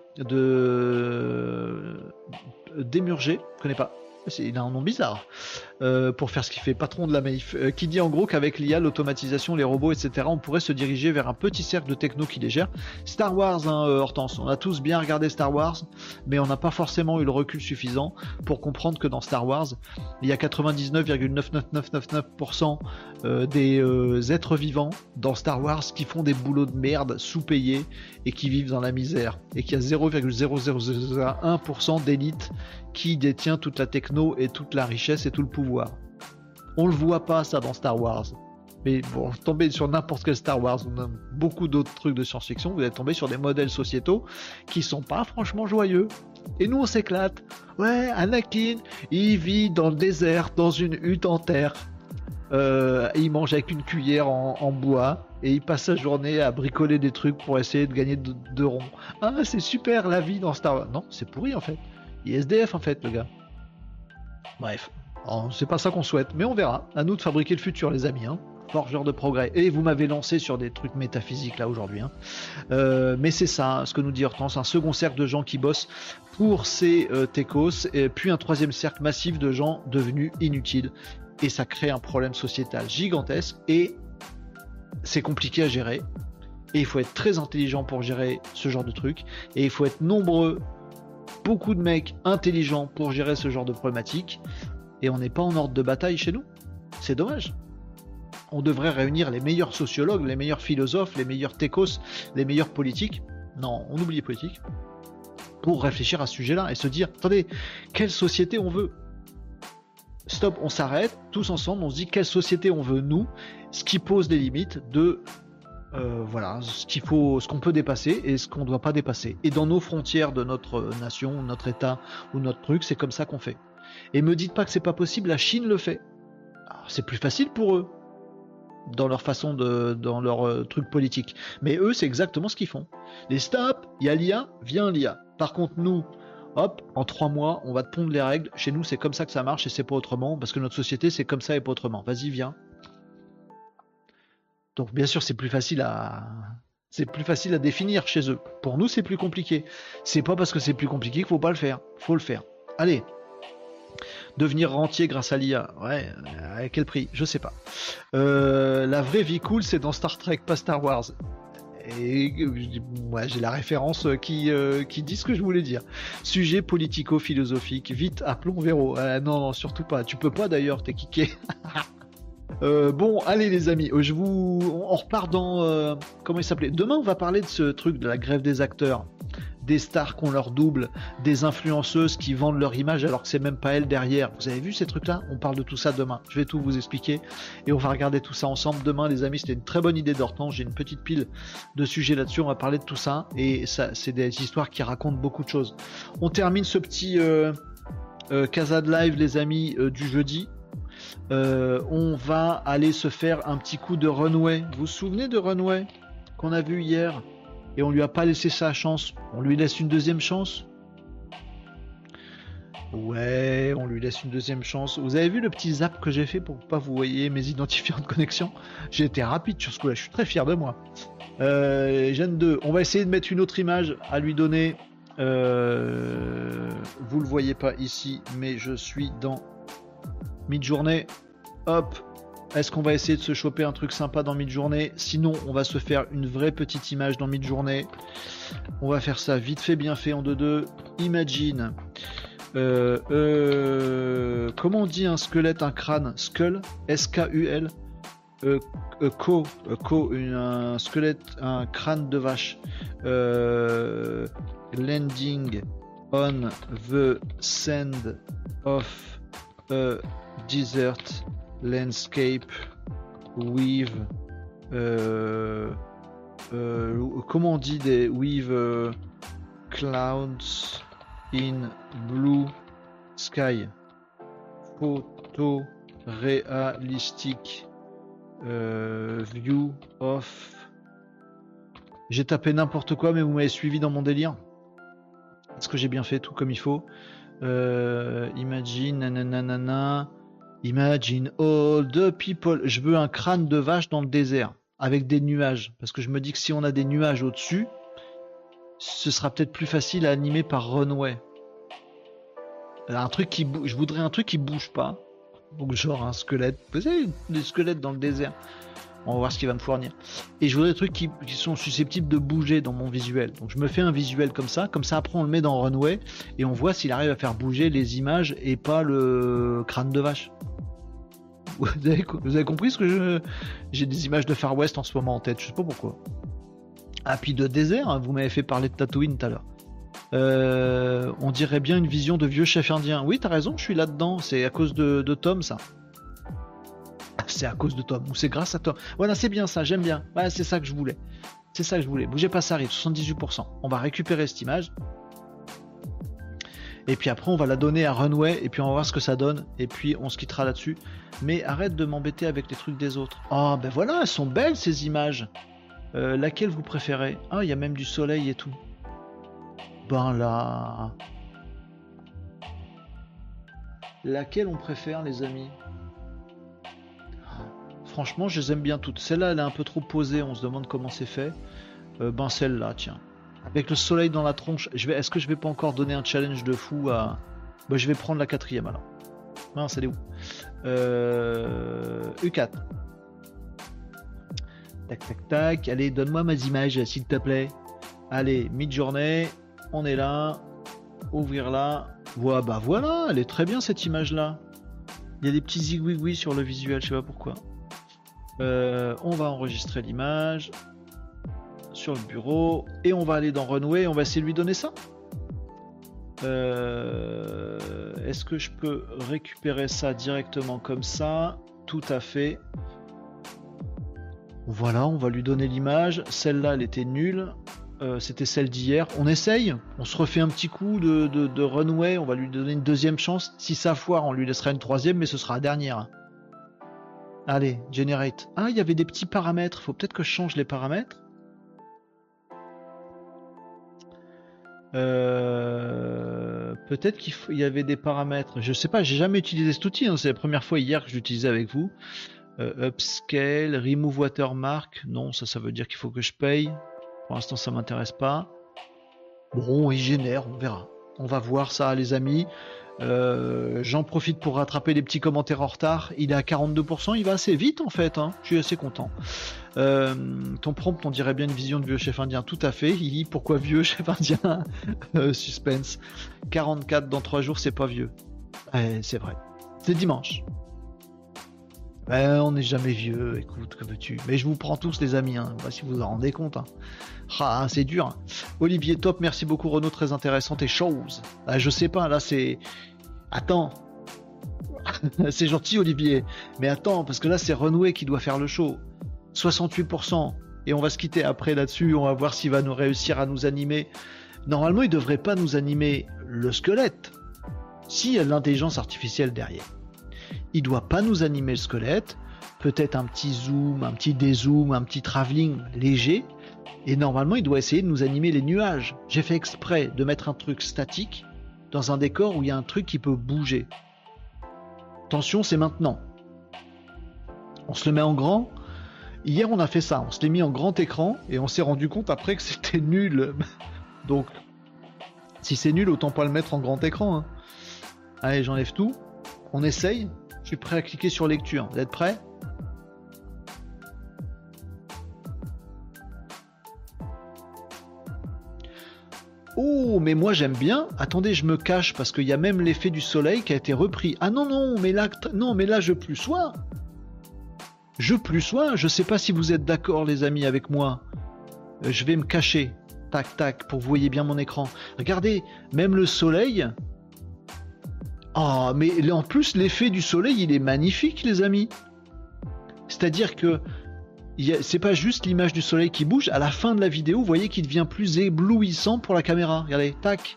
de Démurger, je connais pas, c'est, il a un nom bizarre, euh, pour faire ce qu'il fait, patron de la Maïf, euh, qui dit en gros qu'avec l'I A, l'automatisation, les robots, et cetera, on pourrait se diriger vers un petit cercle de techno qui les gère. Star Wars, hein, euh, Hortense, on a tous bien regardé Star Wars, mais on n'a pas forcément eu le recul suffisant pour comprendre que dans Star Wars, il y a quatre-vingt-dix-neuf virgule neuf neuf neuf neuf neuf pour cent euh, des euh, êtres vivants dans Star Wars qui font des boulots de merde, sous-payés, et qui vivent dans la misère, et qu'il y a zéro virgule zéro zéro zéro un pour cent d'élite qui détient toute la techno et toute la richesse et tout le pouvoir. On le voit pas ça dans Star Wars. Mais bon, tomber sur n'importe quel Star Wars ou même beaucoup d'autres trucs de science-fiction, vous allez tomber sur des modèles sociétaux qui sont pas franchement joyeux. Et nous on s'éclate. Ouais, Anakin, il vit dans le désert, dans une hutte en terre. Euh, il mange avec une cuillère en, en bois et il passe sa journée à bricoler des trucs pour essayer de gagner de, de ronds. Ah, c'est super la vie dans Star Wars. Non, c'est pourri en fait. Il est S D F en fait, le gars. Bref, alors, c'est pas ça qu'on souhaite, mais on verra. À nous de fabriquer le futur, les amis. Hein. Forgeur de progrès. Et vous m'avez lancé sur des trucs métaphysiques là aujourd'hui. Hein. Euh, mais c'est ça, ce que nous dit Hortense, un second cercle de gens qui bossent pour ces euh, techos, et puis un troisième cercle massif de gens devenus inutiles. Et ça crée un problème sociétal gigantesque et c'est compliqué à gérer. Et il faut être très intelligent pour gérer ce genre de truc. Et il faut être nombreux, beaucoup de mecs intelligents pour gérer ce genre de problématique. Et on n'est pas en ordre de bataille chez nous. C'est dommage. On devrait réunir les meilleurs sociologues, les meilleurs philosophes, les meilleurs techos, les meilleurs politiques. Non, on oublie les politiques. pour réfléchir à ce sujet-là et se dire, attendez, quelle société on veut? Stop, on s'arrête, tous ensemble, on se dit quelle société on veut, nous, ce qui pose des limites de, euh, voilà, ce qu'il faut, ce qu'on peut dépasser et ce qu'on ne doit pas dépasser. Et dans nos frontières de notre nation, notre État ou notre truc, c'est comme ça qu'on fait. Et me dites pas que c'est pas possible, la Chine le fait. Alors, c'est plus facile pour eux, dans leur façon de, dans leur euh, truc politique. Mais eux, c'est exactement ce qu'ils font. Les stop, il y a l'I A, viens l'I A. Par contre, nous, hop, en trois mois, on va te pondre les règles. Chez nous, c'est comme ça que ça marche et c'est pas autrement, parce que notre société, c'est comme ça et pas autrement. Vas-y, viens. Donc, bien sûr, c'est plus facile à, c'est plus facile à définir chez eux. Pour nous, c'est plus compliqué. C'est pas parce que c'est plus compliqué qu'il faut pas le faire. Faut le faire. Allez. Devenir rentier grâce à l'I A. Ouais, à quel prix? Je sais pas. Euh, la vraie vie cool, c'est dans Star Trek, pas Star Wars. Et moi, ouais, j'ai la référence qui, euh, qui dit ce que je voulais dire. Sujet politico-philosophique. Vite, appelons Véro. Euh, non, non, surtout pas. Tu peux pas d'ailleurs, t'es kické. euh, bon, allez les amis, je vous, on repart dans euh, comment il s'appelait. Demain, on va parler de ce truc de la grève des acteurs, des stars qu'on leur double, des influenceuses qui vendent leur image alors que c'est même pas elles derrière. Vous avez vu ces trucs-là? On parle de tout ça demain. Je vais tout vous expliquer et on va regarder tout ça ensemble demain, les amis. C'était une très bonne idée d'Hortense. J'ai une petite pile de sujets là-dessus. On va parler de tout ça et ça, c'est des histoires qui racontent beaucoup de choses. On termine ce petit euh, euh, Casa de live, les amis, euh, du jeudi. Euh, on va aller se faire un petit coup de Runway. Vous vous souvenez de Runway qu'on a vu hier? Et on lui a pas laissé sa chance. On lui laisse une deuxième chance? Ouais, on lui laisse une deuxième chance. Vous avez vu le petit zap que j'ai fait pour pas vous voyez mes identifiants de connexion? J'ai été rapide sur ce coup-là, je suis très fier de moi. Euh, Jeanne deux, on va essayer de mettre une autre image à lui donner. Euh, vous le voyez pas ici, mais je suis dans Midjourney. Hop. Est-ce qu'on va essayer de se choper un truc sympa dans Midjourney? Sinon, on va se faire une vraie petite image dans Midjourney. On va faire ça vite fait, bien fait en deux deux. Imagine. Euh, euh, comment on dit un squelette, un crâne? Skull, S K U L. Euh, euh, co, euh, co une, un squelette, un crâne de vache. Euh, landing on the sand of a desert landscape with euh, euh, comment on dit des with euh, clouds in blue sky. Photo réalistique euh, view of. J'ai tapé n'importe quoi, mais vous m'avez suivi dans mon délire. Est-ce que j'ai bien fait tout comme il faut? euh, Imagine nanana. Imagine all the people. Je veux un crâne de vache dans le désert avec des nuages, parce que je me dis que si on a des nuages au-dessus, ce sera peut-être plus facile à animer par Runway. Un truc qui bouge. Je voudrais un truc qui bouge pas, donc genre un squelette. Vous savez, des squelettes dans le désert. On va voir ce qu'il va me fournir. Et je voudrais des trucs qui, qui sont susceptibles de bouger dans mon visuel. Donc je me fais un visuel comme ça, comme ça après on le met dans Runway et on voit s'il arrive à faire bouger les images et pas le crâne de vache. Vous avez, vous avez compris ce que je... J'ai des images de Far West en ce moment en tête, je sais pas pourquoi. Ah puis de désert, hein, vous m'avez fait parler de Tatooine tout à l'heure. Euh, on dirait bien une vision de vieux chef indien. Oui, t'as raison, je suis là-dedans. C'est à cause de, de Tom, ça. C'est à cause de Tom, ou c'est grâce à Tom. Voilà, c'est bien ça, j'aime bien. Ouais, c'est ça que je voulais. C'est ça que je voulais. Bougez pas, ça arrive, soixante-dix-huit pour cent. On va récupérer cette image. Et puis après, on va la donner à Runway, et puis on va voir ce que ça donne. Et puis, on se quittera là-dessus. Mais arrête de m'embêter avec les trucs des autres. Oh, ben voilà, elles sont belles, ces images. Euh, laquelle vous préférez? Ah, il y a même du soleil et tout. Ben là... Laquelle on préfère, les amis? Franchement, je les aime bien toutes. Celle-là, elle est un peu trop posée. On se demande comment c'est fait. Euh, ben celle-là, tiens. Avec le soleil dans la tronche. Je vais. Est-ce que je vais pas encore donner un challenge de fou à... Ben, je vais prendre la quatrième alors. Non, c'est où euh... U quatre. Tac, tac, tac. Allez, donne-moi mes images, s'il te plaît. Allez, Midjourney. On est là. Ouvrir là. Voilà, bah voilà. Elle est très bien cette image-là. Il y a des petits zigouigouis sur le visuel. Je sais pas pourquoi. Euh, on va enregistrer l'image sur le bureau et on va aller dans Runway, on va essayer de lui donner ça. Euh, Est-ce que je peux récupérer ça directement comme ça? Tout à fait. Voilà, on va lui donner l'image. Celle-là, elle était nulle. Euh, C'était celle d'hier. On essaye. On se refait un petit coup de, de, de runway. On va lui donner une deuxième chance. Si ça foire, on lui laissera une troisième, mais ce sera la dernière. Allez, generate. Ah, il y avait des petits paramètres. Faut peut-être que je change les paramètres. Euh, peut-être qu'il faut- il y avait des paramètres. Je sais pas, j'ai jamais utilisé cet outil. Hein. C'est la première fois hier que je l'utilisais avec vous. Euh, upscale, remove watermark. Non, ça, ça veut dire qu'il faut que je paye. Pour l'instant, ça m'intéresse pas. Bon, il génère, on verra. On va voir ça, les amis. Euh, J'en profite pour rattraper les petits commentaires en retard. Il est à quarante-deux pour cent, il va assez vite en fait. Hein. Je suis assez content. Euh, ton prompt, on dirait bien une vision de vieux chef indien. Tout à fait. Hihi, pourquoi vieux chef indien? euh, Suspense. quarante-quatre dans trois jours, c'est pas vieux. Ouais, c'est vrai. C'est dimanche. Ben, on n'est jamais vieux, écoute, que veux-tu. Mais je vous prends tous, les amis, hein. Bah, si vous vous en rendez compte. Hein. Ah, c'est dur. Hein. Olivier, top, merci beaucoup, Renaud, très intéressante et chose. Ah, je sais pas, là, c'est... Attends. C'est gentil, Olivier. Mais attends, parce que là, c'est Renoué qui doit faire le show. soixante-huit pour cent. Et on va se quitter après là-dessus. On va voir s'il va nous réussir à nous animer. Normalement, il devrait pas nous animer le squelette. S'il y a de l'intelligence artificielle derrière. Il doit pas nous animer le squelette, peut-être un petit zoom, un petit dézoom, un petit travelling léger, et normalement il doit essayer de nous animer les nuages. J'ai fait exprès de mettre un truc statique dans un décor où il y a un truc qui peut bouger. Attention, c'est maintenant. On se le met en grand. Hier on a fait ça, on se l'est mis en grand écran et on s'est rendu compte après que c'était nul. Donc si c'est nul, autant pas le mettre en grand écran. Hein. Allez, j'enlève tout. On essaye. Je suis prêt à cliquer sur lecture. Vous êtes prêts? Oh, mais moi j'aime bien. Attendez, je me cache parce qu'il y a même l'effet du soleil qui a été repris. Ah non, non, mais là, non, mais là je plus sois. Je plus sois. Je sais pas si vous êtes d'accord, les amis, avec moi. Euh, je vais me cacher. Tac, tac, pour que vous voyez bien mon écran. Regardez, même le soleil... Ah, oh, mais en plus, l'effet du soleil, il est magnifique, les amis. C'est-à-dire que c'est pas juste l'image du soleil qui bouge. À la fin de la vidéo, vous voyez qu'il devient plus éblouissant pour la caméra. Regardez, tac.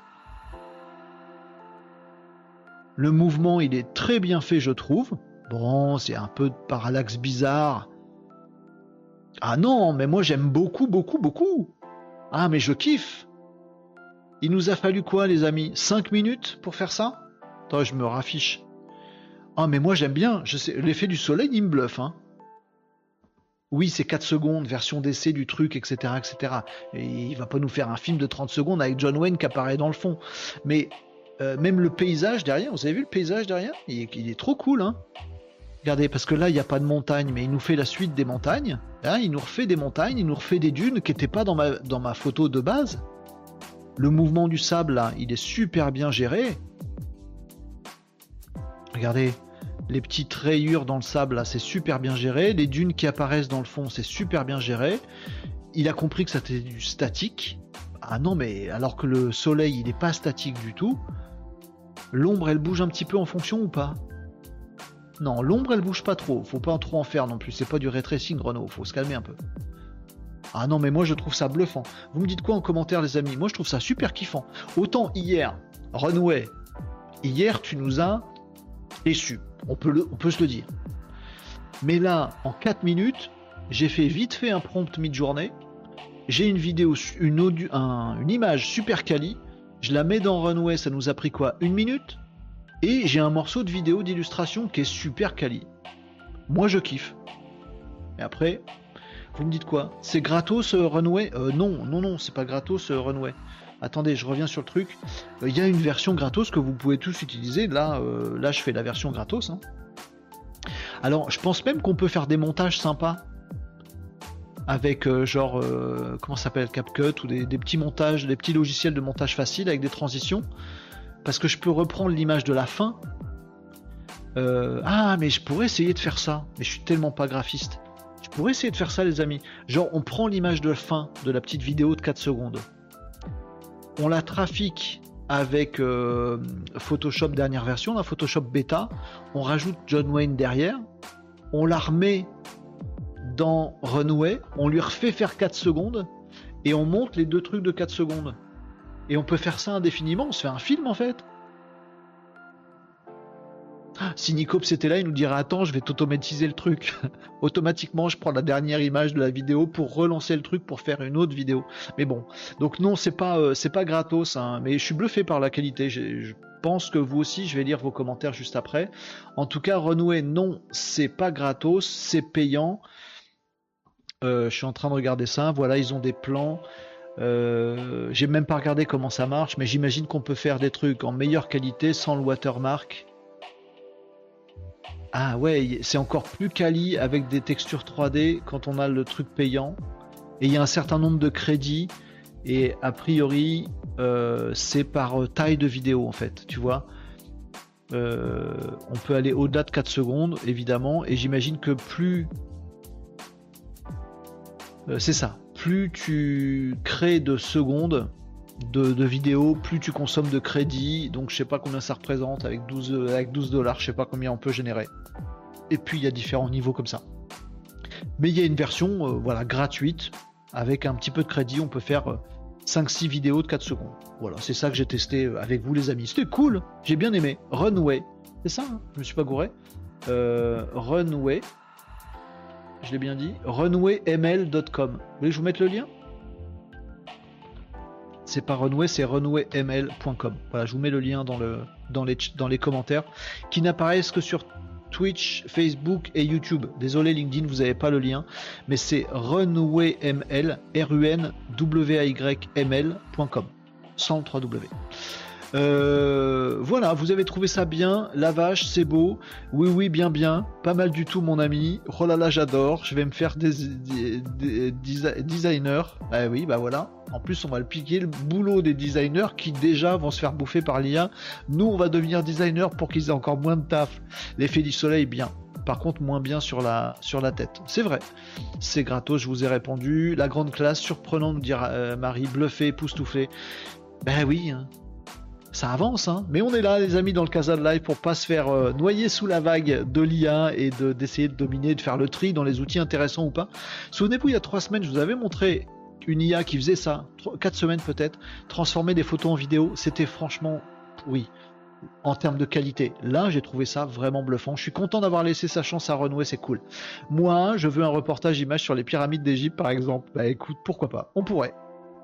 Le mouvement, il est très bien fait, je trouve. Bon, c'est un peu de parallaxe bizarre. Ah non, mais moi, j'aime beaucoup, beaucoup, beaucoup. Ah, mais je kiffe. Il nous a fallu quoi, les amis? cinq minutes pour faire ça? Attends, je me raffiche. Ah, mais moi j'aime bien. Je sais, l'effet du soleil, il me bluffe. Hein. Oui, c'est quatre secondes, version d'essai du truc, et cetera, et cetera. Et il va pas nous faire un film de trente secondes avec John Wayne qui apparaît dans le fond. Mais euh, même le paysage derrière, vous avez vu le paysage derrière? il est, il est trop cool. Hein. Regardez, parce que là, il n'y a pas de montagne, mais il nous fait la suite des montagnes. Hein, il nous refait des montagnes, il nous refait des dunes qui n'étaient pas dans ma, dans ma photo de base. Le mouvement du sable, là, il est super bien géré. Regardez, les petites rayures dans le sable, là, c'est super bien géré. Les dunes qui apparaissent dans le fond, c'est super bien géré. Il a compris que c'était du statique. Ah non, mais alors que le soleil, il n'est pas statique du tout. L'ombre, elle bouge un petit peu en fonction ou pas? Non, l'ombre, elle bouge pas trop. Faut pas trop en faire non plus. C'est pas du ray tracing, Renaud. Faut se calmer un peu. Ah non, mais moi, je trouve ça bluffant. Vous me dites quoi en commentaire, les amis? Moi, je trouve ça super kiffant. Autant hier, Renoué, hier, tu nous as... déçu, on peut, le, on peut se le dire. Mais là, en quatre minutes, j'ai fait vite fait un prompt mid-journée. J'ai une vidéo, une, audio, un, une image super quali. Je la mets dans Runway, ça nous a pris quoi? Une minute? Et j'ai un morceau de vidéo d'illustration qui est super quali. Moi, je kiffe. Et après, vous me dites quoi? C'est gratos euh, Runway? euh, Non, non, non, c'est pas gratos euh, Runway. Attendez, je reviens sur le truc. Il euh, y a une version gratos que vous pouvez tous utiliser. Là, euh, là je fais la version gratos. Hein. Alors, je pense même qu'on peut faire des montages sympas. Avec euh, genre, euh, comment ça s'appelle, CapCut, ou des, des petits montages, des petits logiciels de montage facile avec des transitions. Parce que je peux reprendre l'image de la fin. Euh, ah, mais je pourrais essayer de faire ça. Mais je suis tellement pas graphiste. Je pourrais essayer de faire ça, les amis. Genre, on prend l'image de fin de la petite vidéo de quatre secondes. On la trafique avec euh, Photoshop dernière version, la Photoshop bêta, on rajoute John Wayne derrière, on la remet dans Runway, on lui refait faire quatre secondes et on monte les deux trucs de quatre secondes. Et on peut faire ça indéfiniment, on se fait un film en fait. Si Nicops était là, il nous dirait attends, je vais t'automatiser le truc. Automatiquement, je prends la dernière image de la vidéo pour relancer le truc pour faire une autre vidéo. Mais bon, donc non, c'est pas euh, c'est pas gratos, hein, mais je suis bluffé par la qualité. J'ai, je pense que vous aussi, je vais lire vos commentaires juste après. En tout cas, Runway, non, c'est pas gratos, c'est payant. Euh, je suis en train de regarder ça. Voilà, ils ont des plans. Euh, j'ai même pas regardé comment ça marche, mais j'imagine qu'on peut faire des trucs en meilleure qualité sans le watermark. Ah ouais, c'est encore plus quali avec des textures trois D quand on a le truc payant. Et il y a un certain nombre de crédits. Et a priori, euh, c'est par taille de vidéo en fait, tu vois. Euh, on peut aller au-delà de quatre secondes, évidemment. Et j'imagine que plus... Euh, c'est ça. Plus tu crées de secondes de, de vidéos, plus tu consommes de crédits. Donc je sais pas combien ça représente avec douze avec douze dollars, je sais pas combien on peut générer. Et puis il y a différents niveaux comme ça. Mais il y a une version euh, voilà, gratuite avec un petit peu de crédit, on peut faire euh, cinq six vidéos de quatre secondes. Voilà, c'est ça que j'ai testé avec vous les amis. C'était cool, j'ai bien aimé. Runway, c'est ça, hein, je me suis pas gouré. Euh, Runway. Je l'ai bien dit, runway m l point com. Vous voulez que je vous mette le lien? C'est pas Runway, c'est runway m l point com. Voilà, je vous mets le lien dans, le, dans, les, dans les commentaires, qui n'apparaissent que sur Twitch, Facebook et YouTube. Désolé LinkedIn, vous n'avez pas le lien, mais c'est runway m l, R U N W A Y M L point com, sans le trois W. Euh, voilà, vous avez trouvé ça bien, la vache, c'est beau, oui oui bien bien, pas mal du tout mon ami, oh là là j'adore, je vais me faire des, des, des, des designers, ah oui bah voilà, en plus on va le piquer le boulot des designers qui déjà vont se faire bouffer par l'I A, nous on va devenir designers pour qu'ils aient encore moins de taf, l'effet du soleil bien. Par contre moins bien sur la, sur la tête, c'est vrai, c'est gratos, je vous ai répondu, la grande classe, surprenant nous dire euh, Marie, bluffé, époustouflé, ben oui hein. Ça avance, hein, mais on est là, les amis, dans le Casa de Live pour pas se faire euh, noyer sous la vague de l'I A et de, d'essayer de dominer, de faire le tri dans les outils intéressants ou pas. Souvenez-vous, il y a trois semaines, je vous avais montré une I A qui faisait ça, quatre semaines peut-être, transformer des photos en vidéo. C'était franchement, oui, en termes de qualité. Là, j'ai trouvé ça vraiment bluffant. Je suis content d'avoir laissé sa chance à Runway, c'est cool. Moi, je veux un reportage image sur les pyramides d'Égypte, par exemple. Bah écoute, pourquoi pas, on pourrait.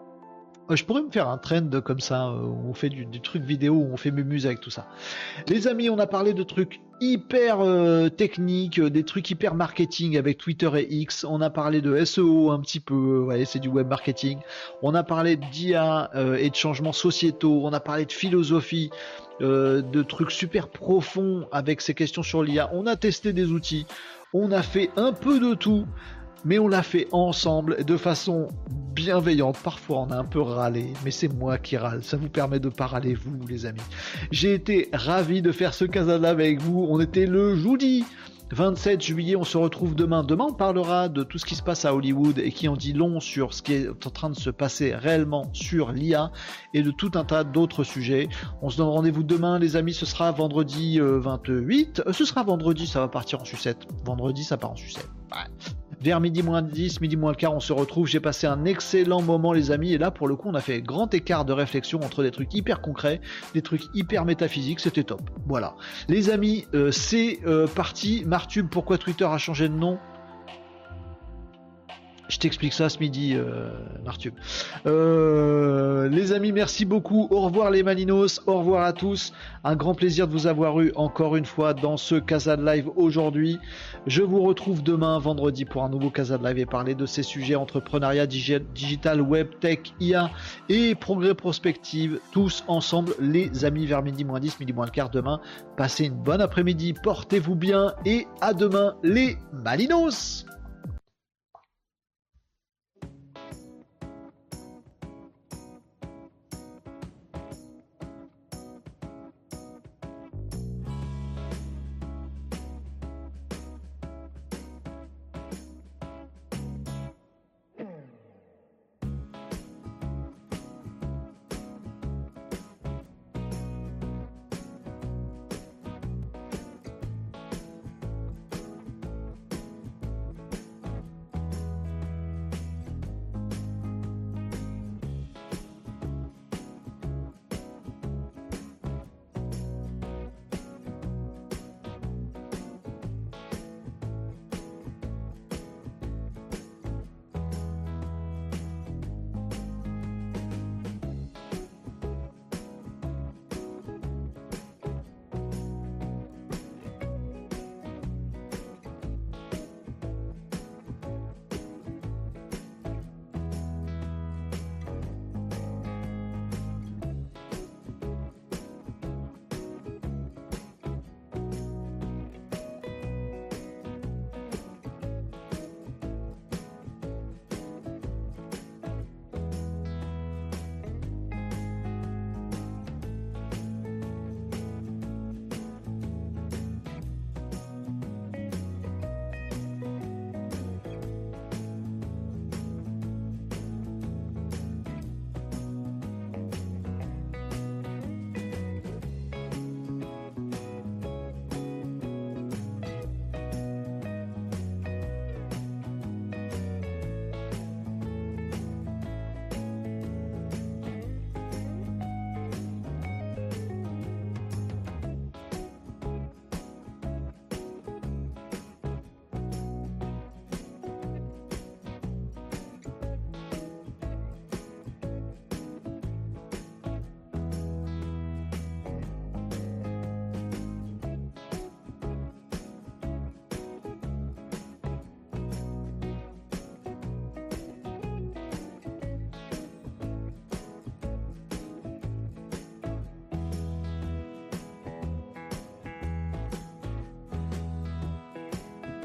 Je pourrais me faire un trend comme ça, où on fait du, du truc vidéo, où on fait mémuse avec tout ça. Les amis, on a parlé de trucs hyper euh, techniques, des trucs hyper marketing avec Twitter et X. On a parlé de S E O un petit peu, vous voyez, c'est du web marketing. On a parlé d'I A euh, et de changements sociétaux. On a parlé de philosophie, euh, de trucs super profonds avec ces questions sur l'I A. On a testé des outils. On a fait un peu de tout. Mais on l'a fait ensemble de façon bienveillante. Parfois on a un peu râlé, mais c'est moi qui râle. Ça vous permet de pas râler vous les amis. J'ai été ravi de faire ce Casa Live avec vous. On était le jeudi vingt-sept juillet, on se retrouve demain. Demain on parlera de tout ce qui se passe à Hollywood et qui en dit long sur ce qui est en train de se passer réellement sur l'I A et de tout un tas d'autres sujets. On se donne rendez-vous demain les amis, ce sera vendredi euh, vingt-huit. Euh, ce sera vendredi, ça va partir en sucette. Vendredi ça part en sucette. Ouais. Vers midi moins dix, midi moins le quart, on se retrouve. J'ai passé un excellent moment, les amis. Et là, pour le coup, on a fait grand écart de réflexion entre des trucs hyper concrets, des trucs hyper métaphysiques. C'était top. Voilà. Les amis, euh, c'est euh, parti. Martube, pourquoi Twitter a changé de nom ? Je t'explique ça ce midi, euh, Martube. Euh, les amis, merci beaucoup. Au revoir les Malinos. Au revoir à tous. Un grand plaisir de vous avoir eu encore une fois dans ce Casa de Live aujourd'hui. Je vous retrouve demain, vendredi, pour un nouveau Casa de Live et parler de ces sujets entrepreneuriat, digital, web, tech, I A et progrès prospective. Tous ensemble, les amis, vers midi moins dix, midi moins le quart demain. Passez une bonne après-midi. Portez-vous bien et à demain, les Malinos.